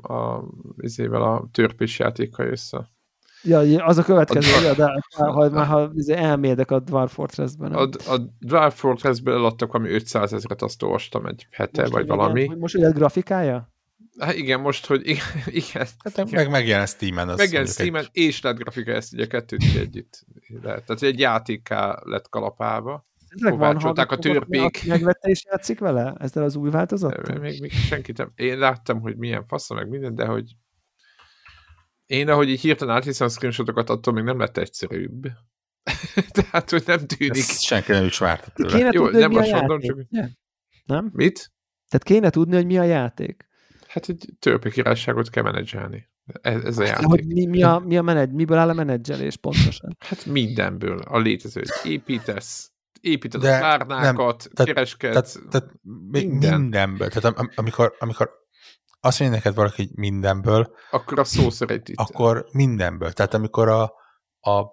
a törpés játékkal össze. Ja, az a következő, ha elmérdek a Dwarf Fortress-ben. A Dwarf Fortress-ben eladtak valami 500 000-et, azt olvastam egy hete, most vagy valami. Igen, most ugye grafikája? Hát igen, most, hogy igen. Hát megjelent Steamen. Megjelent Steamen, és lett grafika, ezt ugye kettőt együtt lehet. Tehát egy játékká lett kalapálva. Kovácsolták a törpék. Megvette és játszik vele? Ezzel az új változattal? Még senkit nem. Én láttam, hogy milyen fasza, meg minden, de hogy én, ahogy így hirtelen áthiszem a screenshotokat, attól még nem lett egyszerűbb. Tehát, hogy nem tűnik. Ezt senki nem is várta tőle. Kéne jó, tudni, nem hogy azt mi a mondom, játék. csak... Nem? Mit? Tehát kéne tudni, hogy mi a játék. Hát egy törpe királyságot kell menedzselni. Ez a játék. Hogy miből áll a menedzselés pontosan? Hát mindenből. A létező. Építed a párnákat, kereskedsz. Tehát mindenből. Tehát amikor azt mondja neked valaki, hogy mindenből, akkor a szó szerint itt. Akkor mindenből. Tehát amikor a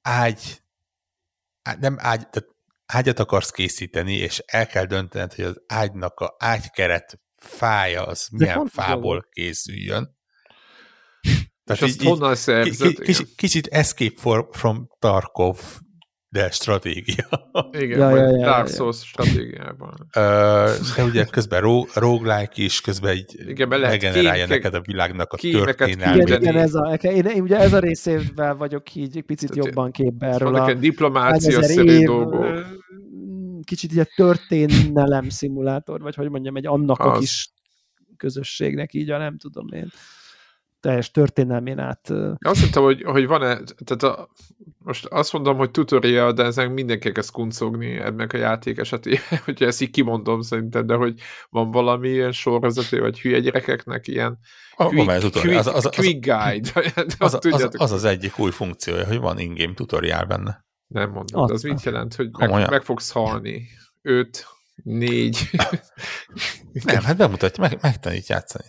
tehát ágyat akarsz készíteni, és el kell döntened, hogy az ágynak a ágykeret fája, az milyen fából készüljön. Tehát és azt honnan szerzett? Kicsit Escape from Tarkov, de stratégia. Igen, vagy Dark Souls stratégiában. De ugye közben roguelike is, közben így meggenerálja neked a világnak a történelmét. Igen, ugye ez a részével vagyok így picit jobban képbe erről a diplomácia-szerű dolgok. Kicsit így a történelem szimulátor, vagy hogy mondjam, egy annak a kis közösségnek így, nem tudom én. Teljes történelmén át. Azt mondtam, hogy van-e, tehát most azt mondom, hogy tutorial, de ezen mindenki kezd kuncogni ennek a játék esetében, hogyha ezt így kimondom szerintem, de hogy van valami ilyen sorvezető, vagy hülye gyerekeknek ilyen quick guide. Az egyik új funkciója, hogy van in-game tutorial benne. Nem mondom, az mit jelent, hogy meg fogsz halni? 5, 4. Nem, hát bemutatja, megtanít játszani.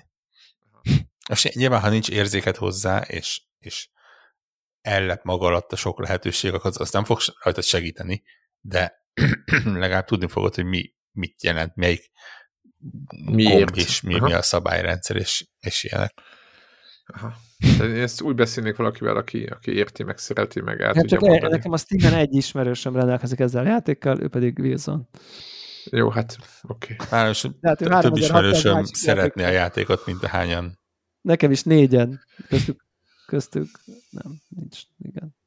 És nyilván, ha nincs érzéket hozzá, és ellep maga alatt a sok lehetőség, akkor az nem fog rajtad segíteni, de legalább tudni fogod, hogy mit jelent, melyik gomb és mi a szabályrendszer, és ilyenek. Aha. Én ezt úgy beszélnék valakivel, aki érti, meg szereti, meg el tudja mondani. Nekem a Steamen egy ismerősöm rendelkezik ezzel a játékkal, ő pedig Wilson. Jó, hát oké. Több ismerősöm szeretné a játékot, mint a hányan. Nekem is 4-en. Köztük nem, nincs, igen.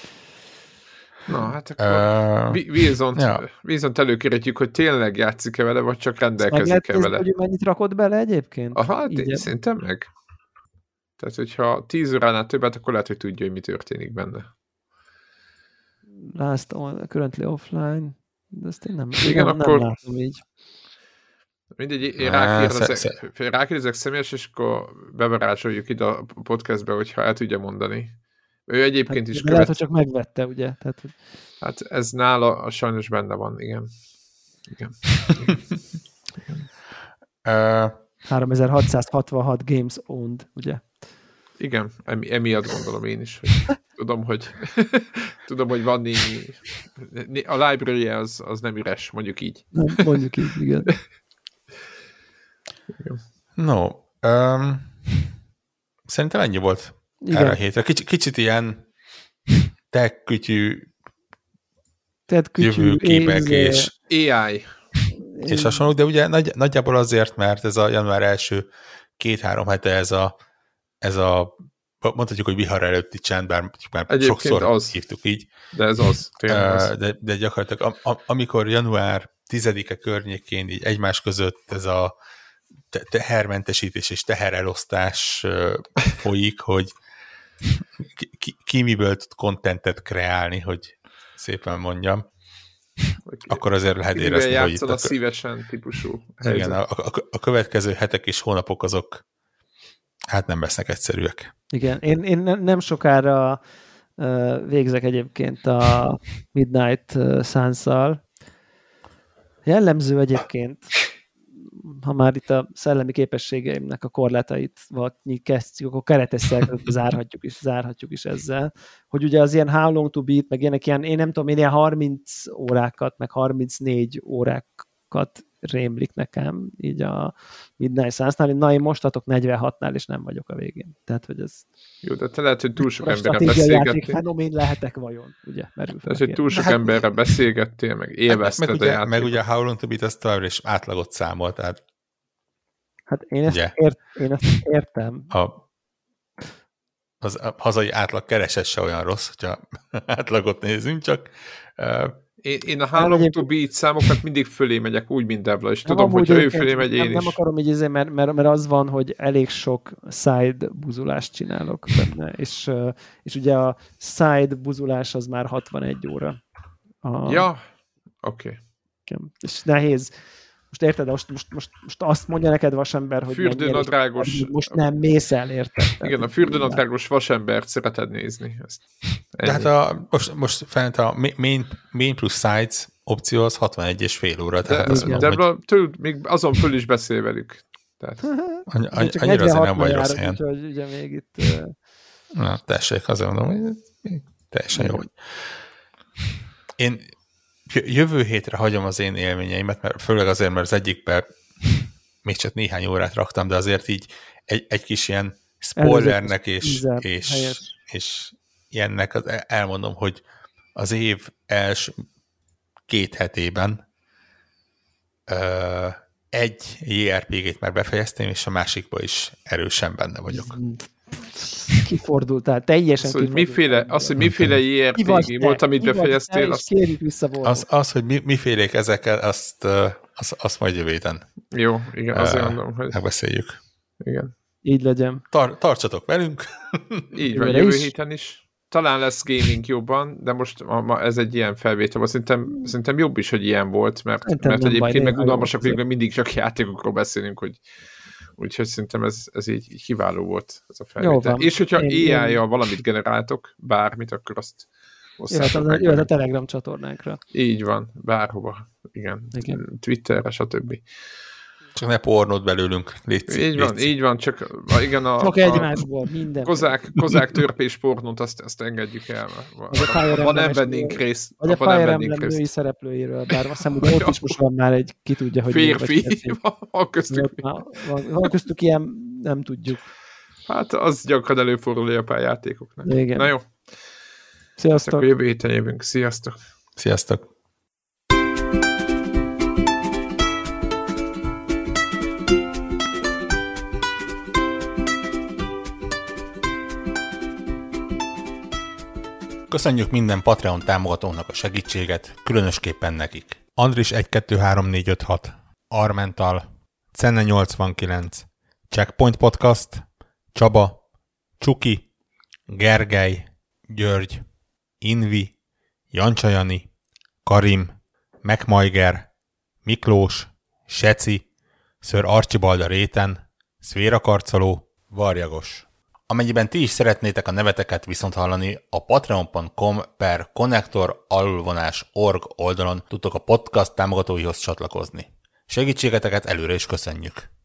Na, hát akkor Wilson-t előkérhetjük, hogy tényleg játszik-e vele, vagy csak rendelkezik-e vele. Hogy mennyit rakott bele egyébként? Aha, hát én szerintem meg. Tehát, hogyha 10 óránál többet, akkor lehet, hogy tudja, hogy mi történik benne. last on, currently offline, de ezt én nem akkor... látom így. Mindegy, én rákérdezek személyes, és akkor bevarázsoljuk ide a podcastbe, hogyha el tudja mondani. Ő egyébként is lehet, hogy csak megvette, ugye? Tehát, hogy... Hát ez nála sajnos benne van, igen. 3666 games owned, ugye? Igen, emiatt gondolom én is, hogy tudom, hogy van némi... A library az nem üres, mondjuk így. Mondjuk így, igen. No, szerintem ennyi volt erre a hétre. Kicsit ilyen tech-kütyű jövőképek és AI. És hasonlók, de ugye nagyjából azért, mert ez a január első 2-3 hete ez a mondhatjuk, hogy vihar előtti csend, bár sokszor hívtuk így. De ez az. De gyakorlatilag amikor január 10-e környékén így egymás között ez a tehermentesítés és teherelosztás folyik, hogy ki miből tud contentet kreálni, hogy szépen mondjam, akkor azért lehet érezni, hogy itt a szívesen típusú helyzet. Igen, a következő hetek és hónapok azok hát nem lesznek egyszerűek. Igen, én nem sokára végzek egyébként a Midnight Suns-szal. Jellemző egyébként, ha már itt a szellemi képességeimnek a korlátait kezdjük, akkor keretes szerkezetet zárhatjuk is ezzel, hogy ugye az ilyen how long to beat, meg ilyenek ilyen, én nem tudom, én ilyen 30 órákat, meg 34 órákat rémlik nekem, így a Midnight Suns-nál, én most adok 46-nál, és nem vagyok a végén. Tehát, hogy ez... Jó, de te lehet, hogy túl sok emberrel beszélgettél. Fenomén lehetek vajon, ugye? Tehát, hogy túl sok emberrel beszélgettél, meg élvezted a játékot. Meg ugye a How Long to Beat az továbbra is átlagot számol, tehát... Hát én ezt értem. A hazai átlag kereset se olyan rossz, hogyha átlagot nézünk, csak... Én a How Long to Beat számokat mindig fölé megyek, úgy, mint Devla, és tudom, hogy ő fölé megy, én is. Nem akarom így, mert az van, hogy elég sok side buzulást csinálok benne, és ugye a side buzulás az már 61 óra. Ja, oké. És nehéz. Most érted, de most azt mondja neked vasember, hogy fürdőnadrágos... most nem mész el, érted? Igen, a fürdőnadrágos vasembert szereted nézni. Tehát most fent a main plus sides opció az 61,5 óra. De még azon föl is beszél velük. Annyira azért nem vagy rossz helyen. Úgyhogy ugye még itt... Na, tessék, azért mondom, hogy teljesen jó. Én jövő hétre hagyom az én élményeimet, mert főleg azért, mert az egyikben még csak néhány órát raktam, de azért így egy kis ilyen spoilernek és ilyennek elmondom, hogy az év első 2 hetében egy JRPG-t már befejeztem, és a másikban is erősen benne vagyok. Kifordultál, teljesen kifordultál. Hogy miféle JRPG volt, amit befejeztél? Az, hogy mifélék ezekkel, azt majd jövő héten. Jó, igen, azért mondom, hogy... Megbeszéljük. Igen. Így legyen. Tartsatok velünk. Így van, jövő héten is. Talán lesz gaming jobban, de most ez egy ilyen felvétel. Szerintem jobb is, hogy ilyen volt, mert egyébként meg unalmasak vagyunk, mindig csak játékokról beszélünk, hogy úgyhogy szerintem ez így kiváló volt ez a felvétel. És hogyha AI-jal valamit generáltok, bármit, akkor azt osszátok meg. Jöhet a Telegram csatornánkra. Így van, bárhova. Igen. Twitterre, stb. Csak ne pornót belőlünk. Így van, csak igen, csak egymásból, minden. Kozák törpés pornót, azt engedjük el. Ha nem vennénk részt. Vagy a Fire Emblem női szereplőiről, bár azt hiszem, hogy ott is most van már egy, ki tudja, hogy... Férfi, van köztük ilyen, nem tudjuk. Hát az gyakran előfordul a játékoknak. Igen. Na jó. Sziasztok. Akkor jövő héten jövünk. Sziasztok. Sziasztok. Köszönjük minden Patreon támogatónak a segítséget, különösképpen nekik. Andris 123456, Armental, Cenne 89, Checkpoint Podcast, Csaba, Csuki, Gergely, György, Invi, Jancsa Jani, Karim, Megmajger, Miklós, Seci, Sir Archibald a réten, Szvéra Karcoló, Varjagos. Amennyiben ti is szeretnétek a neveteket viszont hallani, a patreon.com/connector_org oldalon tudtok a podcast támogatóihoz csatlakozni. Segítségeteket előre is köszönjük!